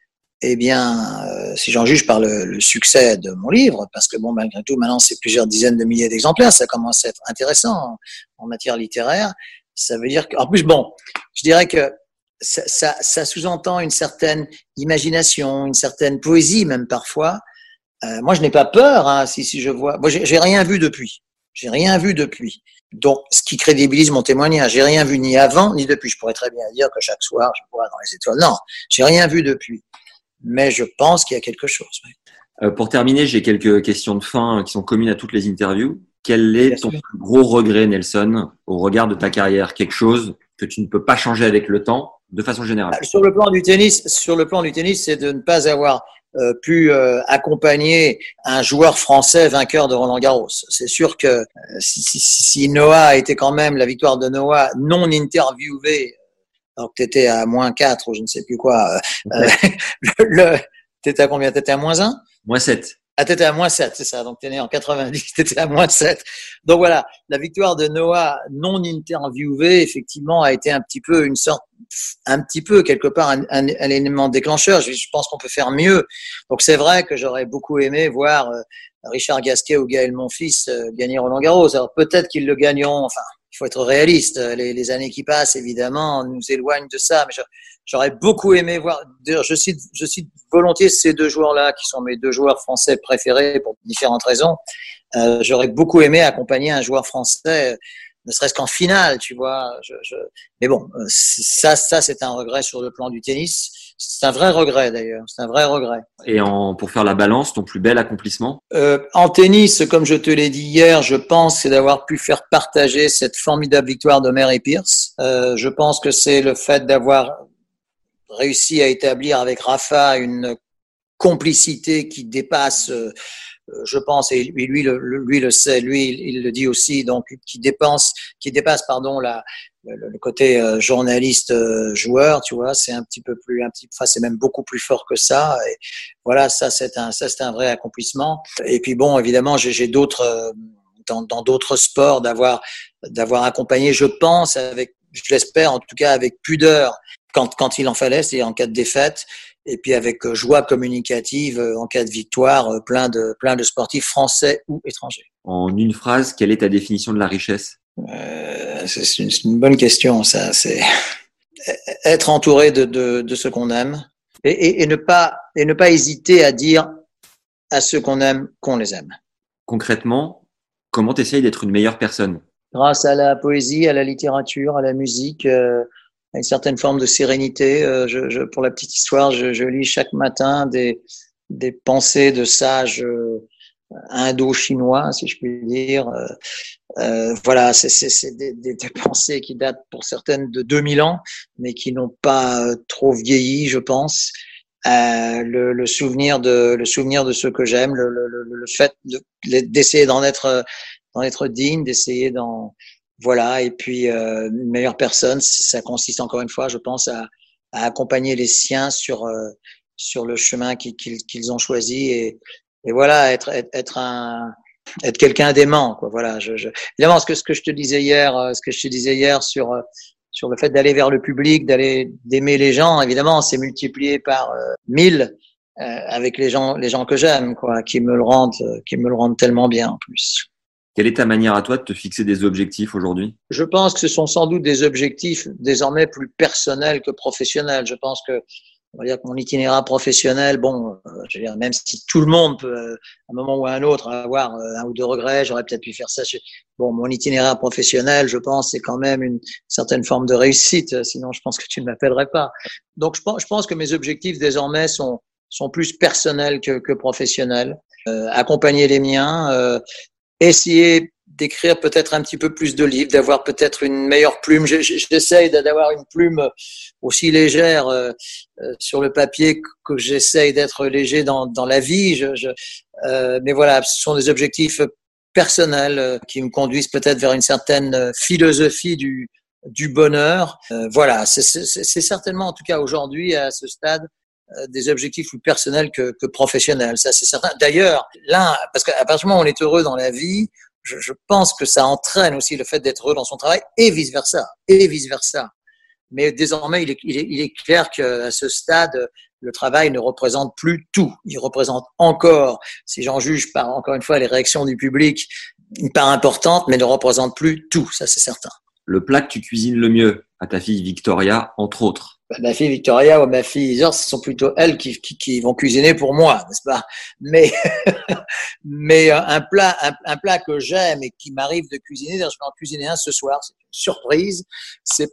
eh bien, euh, si j'en juge par le, le succès de mon livre, parce que bon, malgré tout, maintenant c'est plusieurs dizaines de milliers d'exemplaires, ça commence à être intéressant en, en matière littéraire. Ça veut dire qu'en plus, bon, je dirais que ça, ça, ça sous-entend une certaine imagination, une certaine poésie même parfois. Euh, moi, je n'ai pas peur, hein, si, si je vois. Moi, j'ai, j'ai rien vu depuis. J'ai rien vu depuis. Donc, ce qui crédibilise mon témoignage. J'ai rien vu ni avant, ni depuis. Je pourrais très bien dire que chaque soir, je vois dans les étoiles. Non, j'ai rien vu depuis. Mais je pense qu'il y a quelque chose. Oui. Euh, pour terminer, j'ai quelques questions de fin qui sont communes à toutes les interviews. Quel est bien ton sûr. plus gros regret, Nelson, au regard de ta carrière? Quelque chose que tu ne peux pas changer avec le temps, de façon générale. Sur le plan du tennis, sur le plan du tennis, c'est de ne pas avoir Euh, pu euh, accompagner un joueur français vainqueur de Roland-Garros. C'est sûr que euh, si, si, si Noah était quand même la victoire de Noah non interviewée, alors que tu étais à moins quatre ou je ne sais plus quoi, euh, le, le, t'étais à combien? T'étais à moins un? Moins sept. Ah, t'étais à moins sept, c'est ça. Donc, t'es né en quatre-vingt-dix, t'étais à moins sept. Donc voilà, la victoire de Noah non interviewée, effectivement, a été un petit peu une sorte, un petit peu, quelque part, un, un, un élément déclencheur. Je, je pense qu'on peut faire mieux. Donc c'est vrai que j'aurais beaucoup aimé voir euh, Richard Gasquet ou Gaël Monfils euh, gagner Roland-Garros. Alors peut-être qu'ils le gagneront, enfin, il faut être réaliste. Les, les années qui passent, évidemment, nous éloignent de ça. Mais je, j'aurais beaucoup aimé voir. Je cite, je cite volontiers ces deux joueurs-là, qui sont mes deux joueurs français préférés pour différentes raisons. Euh, j'aurais beaucoup aimé accompagner un joueur français, ne serait-ce qu'en finale, tu vois. Je, je... Mais bon, ça, ça, c'est un regret sur le plan du tennis. C'est un vrai regret d'ailleurs. C'est un vrai regret. Et en, pour faire la balance, ton plus bel accomplissement? euh, En tennis, comme je te l'ai dit hier, je pense c'est d'avoir pu faire partager cette formidable victoire de Mary Pierce. Euh, je pense que c'est le fait d'avoir réussi à établir avec Rafa une complicité qui dépasse, euh, je pense, et lui, lui, le, lui le sait, lui, il le dit aussi, donc qui dépense, qui dépasse, pardon, la, le, le côté euh, journaliste euh, joueur, tu vois, c'est un petit peu plus, un petit, enfin, c'est même beaucoup plus fort que ça. Et voilà, ça, c'est un, ça, c'est un vrai accomplissement. Et puis bon, évidemment, j'ai, j'ai d'autres, euh, dans, dans d'autres sports, d'avoir, d'avoir accompagné, je pense, avec, je l'espère, en tout cas, avec pudeur, quand, quand il en fallait, c'est en cas de défaite. Et puis avec joie communicative en cas de victoire, plein de, plein de sportifs français ou étrangers. En une phrase, quelle est ta définition de la richesse? euh, c'est, une, c'est une bonne question, ça. C'est être entouré de, de, de ce qu'on aime et, et, et, ne pas, et ne pas hésiter à dire à ceux qu'on aime qu'on les aime. Concrètement, comment tu essayes d'être une meilleure personne? Grâce à la poésie, à la littérature, à la musique, euh, à une certaine forme de sérénité. Euh, je, je, pour la petite histoire, je, je lis chaque matin des, des pensées de sages euh, indo-chinois, si je puis dire. Euh, euh, voilà, c'est, c'est, c'est des, des, des pensées qui datent pour certaines de deux mille ans, mais qui n'ont pas euh, trop vieilli, je pense. Euh, le, le souvenir de le souvenir de ceux que j'aime, le, le, le, le fait de, d'essayer d'en être d'en être digne, d'essayer d'en voilà, et puis euh, une meilleure personne, ça consiste encore une fois, je pense, à, à accompagner les siens sur euh, sur le chemin qu'ils, qu'ils, qu'ils ont choisi et, et voilà, être être, être un être quelqu'un d'aimant, quoi. Voilà, je, je... évidemment, ce que ce que je te disais hier, ce que je te disais hier sur sur le fait d'aller vers le public, d'aller d'aimer les gens, évidemment, c'est multiplié par euh, mille euh, avec les gens les gens que j'aime, quoi, qui me le rendent qui me le rendent tellement bien en plus. Quelle est ta manière à toi de te fixer des objectifs aujourd'hui? Je pense que ce sont sans doute des objectifs désormais plus personnels que professionnels. Je pense que On va dire que mon itinéraire professionnel, bon, euh, je veux dire, même si tout le monde peut, euh, à un moment ou à un autre, avoir euh, un ou deux regrets, j'aurais peut-être pu faire ça. Bon, mon itinéraire professionnel, je pense, c'est quand même une certaine forme de réussite. Sinon, je pense que tu ne m'appellerais pas. Donc, je pense, je pense que mes objectifs désormais sont sont plus personnels que, que professionnels. Euh, accompagner les miens, euh, essayer d'écrire peut-être un petit peu plus de livres, d'avoir peut-être une meilleure plume. J'essaye d'avoir une plume aussi légère euh, sur le papier que j'essaye d'être léger dans, dans la vie. Je, je, euh, mais voilà, ce sont des objectifs personnels euh, qui me conduisent peut-être vers une certaine philosophie du, du bonheur. Euh, voilà, c'est certainement, en tout cas aujourd'hui, à ce stade, euh, des objectifs plus personnels que, que professionnels. Ça, c'est certain. D'ailleurs, là, parce qu'à partir du moment où on est heureux dans la vie, Je, je pense que ça entraîne aussi le fait d'être heureux dans son travail et vice versa, et vice versa. Mais désormais, il est, il est, il est clair qu'à ce stade, le travail ne représente plus tout. Il représente encore, si j'en juge par encore une fois les réactions du public, une part importante, mais ne représente plus tout. Ça, c'est certain. Le plat que tu cuisines le mieux à ta fille Victoria, entre autres? Ma fille Victoria ou ma fille Isor, ce sont plutôt elles qui, qui, qui vont cuisiner pour moi, n'est-ce pas? Mais, mais un plat, un, un plat que j'aime et qui m'arrive de cuisiner, je vais en cuisiner un ce soir, c'est une surprise. C'est,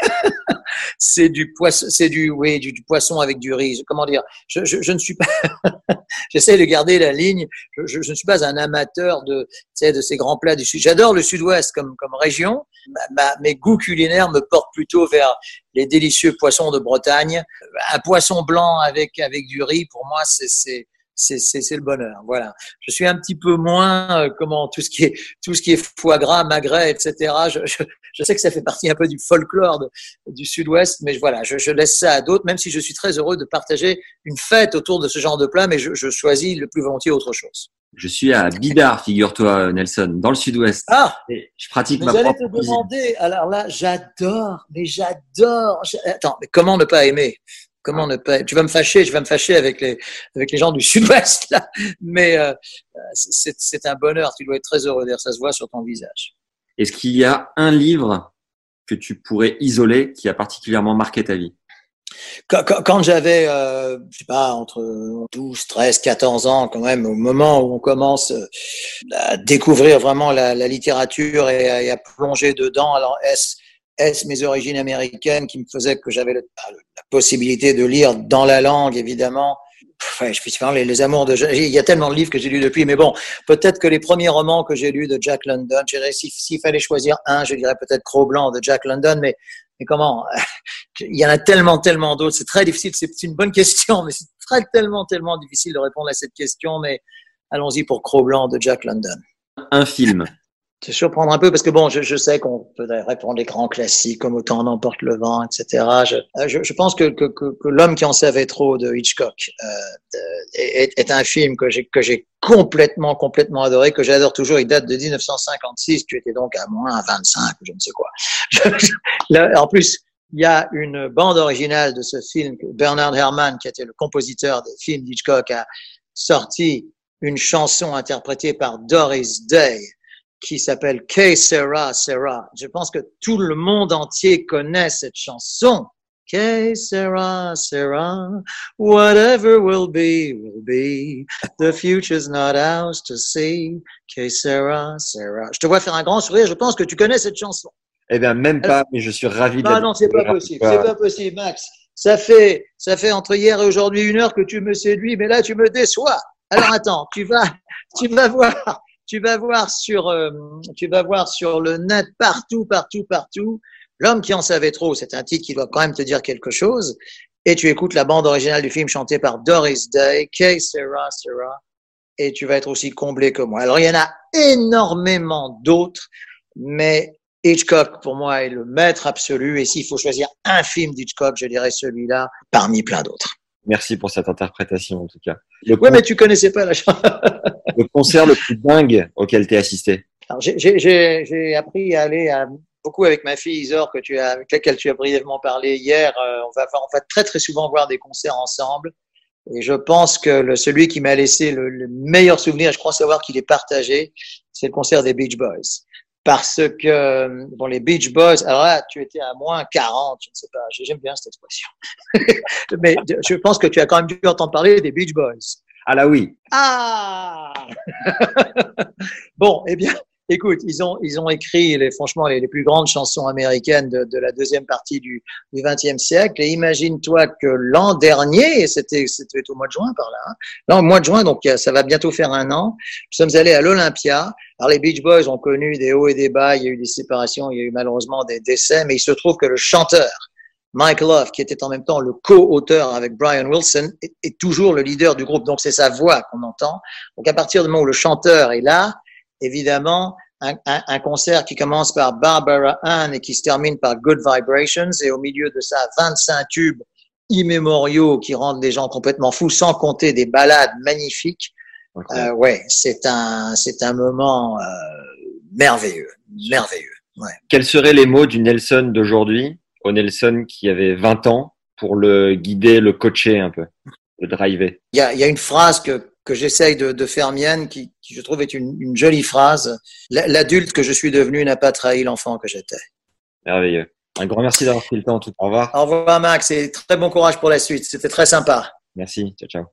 c'est du poisson, c'est du, oui, du, du poisson avec du riz. Comment dire? Je, je, je ne suis pas, j'essaie de garder la ligne. Je, je, je ne suis pas un amateur de, tu sais, de ces grands plats du sud. J'adore le sud-ouest comme, comme région. Ma, ma, mes goûts culinaires me portent plutôt vers les délicieux poissons de Bretagne. Un poisson blanc avec avec du riz, pour moi, c'est c'est c'est c'est, c'est le bonheur. Voilà. Je suis un petit peu moins euh, comment tout ce qui est tout ce qui est foie gras, magret, et cetera. Je, je je sais que ça fait partie un peu du folklore de, du Sud-Ouest, mais voilà, je, je laisse ça à d'autres. Même si je suis très heureux de partager une fête autour de ce genre de plat, mais je, je choisis le plus volontiers autre chose. Je suis à Bidart, figure-toi, Nelson, dans le Sud-Ouest. Ah, et je pratique mais ma j'allais propre te demander. Alors là, j'adore, mais j'adore. Attends, mais comment ne pas aimer? Comment ah. ne pas? Tu vas me fâcher, je vais me fâcher avec les avec les gens du Sud-Ouest là. Mais euh, c'est c'est un bonheur. Tu dois être très heureux d'ailleurs, ça se voit sur ton visage. Est-ce qu'il y a un livre que tu pourrais isoler qui a particulièrement marqué ta vie? Quand, quand, quand j'avais, euh, je sais pas, entre douze, treize, quatorze ans, quand même, au moment où on commence à découvrir vraiment la, la littérature et à, et à plonger dedans, alors est-ce, est-ce mes origines américaines qui me faisaient que j'avais le, la possibilité de lire dans la langue, évidemment. Ouais, je puisse faire les, les amours de, il y a tellement de livres que j'ai lus depuis, mais bon, peut-être que les premiers romans que j'ai lus de Jack London, je dirais, s'il, s'il fallait choisir un, je dirais peut-être Cro-Blanc de Jack London, mais, mais comment, il y en a tellement, tellement d'autres, c'est très difficile, c'est, c'est une bonne question, mais c'est très, tellement, tellement difficile de répondre à cette question, mais allons-y pour Cro-Blanc de Jack London. Un film. Te surprendre un peu parce que bon, je, je sais qu'on peut répondre les grands classiques comme Autant n'emporte le vent, et cetera. Je, je, je pense que, que, que, que L'homme qui en savait trop de Hitchcock euh, est, est un film que j'ai que j'ai complètement complètement adoré, que j'adore toujours. Il date de dix-neuf cent cinquante-six. Tu étais donc à moins vingt-cinq, je ne sais quoi. Je, je, là, en plus, il y a une bande originale de ce film que Bernard Herrmann, qui était le compositeur des films d'Hitchcock, a sorti une chanson interprétée par Doris Day, qui s'appelle Que Sera, Sera. Je pense que tout le monde entier connaît cette chanson. Que sera, sera, whatever will be, will be. The future's not ours to see. Que sera, sera. Je te vois faire un grand sourire, je pense que tu connais cette chanson. Eh bien, même pas, mais je suis ravi de Ah non, c'est pas possible, c'est pas possible, Max. Ça fait, ça fait entre hier et aujourd'hui une heure que tu me séduis, mais là, tu me déçois. Alors attends, tu vas, tu vas voir. Tu vas voir sur, euh, tu vas voir sur le net partout, partout, partout. L'homme qui en savait trop, c'est un titre qui doit quand même te dire quelque chose. Et tu écoutes la bande originale du film chantée par Doris Day, Que Sera, Sera. Et tu vas être aussi comblé que moi. Alors il y en a énormément d'autres, mais Hitchcock pour moi est le maître absolu. Et s'il faut choisir un film d'Hitchcock, je dirais celui-là parmi plein d'autres. Merci pour cette interprétation, en tout cas. Oui, con... mais tu connaissais pas la chanson. Le concert le plus dingue auquel tu as assisté? Alors, j'ai, j'ai, j'ai, j'ai appris à aller à, beaucoup avec ma fille Isor, que tu as, avec laquelle tu as brièvement parlé hier. Euh, on va, on va très, très souvent voir des concerts ensemble. Et je pense que le, celui qui m'a laissé le, le meilleur souvenir, je crois savoir qu'il est partagé, c'est le concert des Beach Boys. parce que bon, les Beach Boys, alors là, tu étais à moins quarante, je ne sais pas, j'aime bien cette expression. Mais je pense que tu as quand même dû entendre parler des Beach Boys. Ah là oui. Ah Bon, eh bien, écoute, ils ont ils ont écrit les franchement les, les plus grandes chansons américaines de, de la deuxième partie du du vingtième siècle. Et imagine-toi que l'an dernier, et c'était c'était au mois de juin par là, hein, là au mois de juin, donc ça va bientôt faire un an, nous sommes allés à l'Olympia. Alors les Beach Boys ont connu des hauts et des bas, il y a eu des séparations, il y a eu malheureusement des décès, mais il se trouve que le chanteur Mike Love, qui était en même temps le co-auteur avec Brian Wilson, est, est toujours le leader du groupe. Donc, c'est sa voix qu'on entend. Donc, à partir du moment où le chanteur est là, évidemment, un, un, un concert qui commence par Barbara Ann et qui se termine par Good Vibrations, et au milieu de ça, vingt-cinq tubes immémoriaux qui rendent les gens complètement fous, sans compter des ballades magnifiques. Okay. Euh, ouais, c'est un, c'est un moment euh, merveilleux, merveilleux. Ouais. Quels seraient les mots du Nelson d'aujourd'hui au Nelson qui avait vingt ans pour le guider, le coacher un peu, le driver? Il y a, il y a une phrase que, que j'essaye de, de faire mienne qui, qui, je trouve, est une, une jolie phrase. L'adulte que je suis devenu n'a pas trahi l'enfant que j'étais. Merveilleux. Un grand merci d'avoir pris le temps. Tout. Au revoir. Au revoir, Max, et très bon courage pour la suite. C'était très sympa. Merci. Ciao, ciao.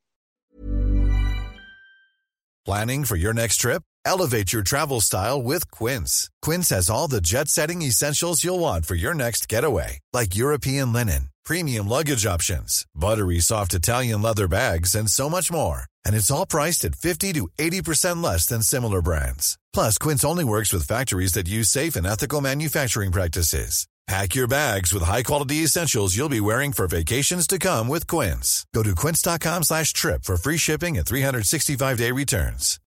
Planning for your next trip? Elevate your travel style with Quince. Quince has all the jet-setting essentials you'll want for your next getaway, like European linen, premium luggage options, buttery soft Italian leather bags, and so much more. And it's all priced at fifty to eighty percent less than similar brands. Plus, Quince only works with factories that use safe and ethical manufacturing practices. Pack your bags with high-quality essentials you'll be wearing for vacations to come with Quince. Go to quince dot com slash trip for free shipping and three sixty-five day returns.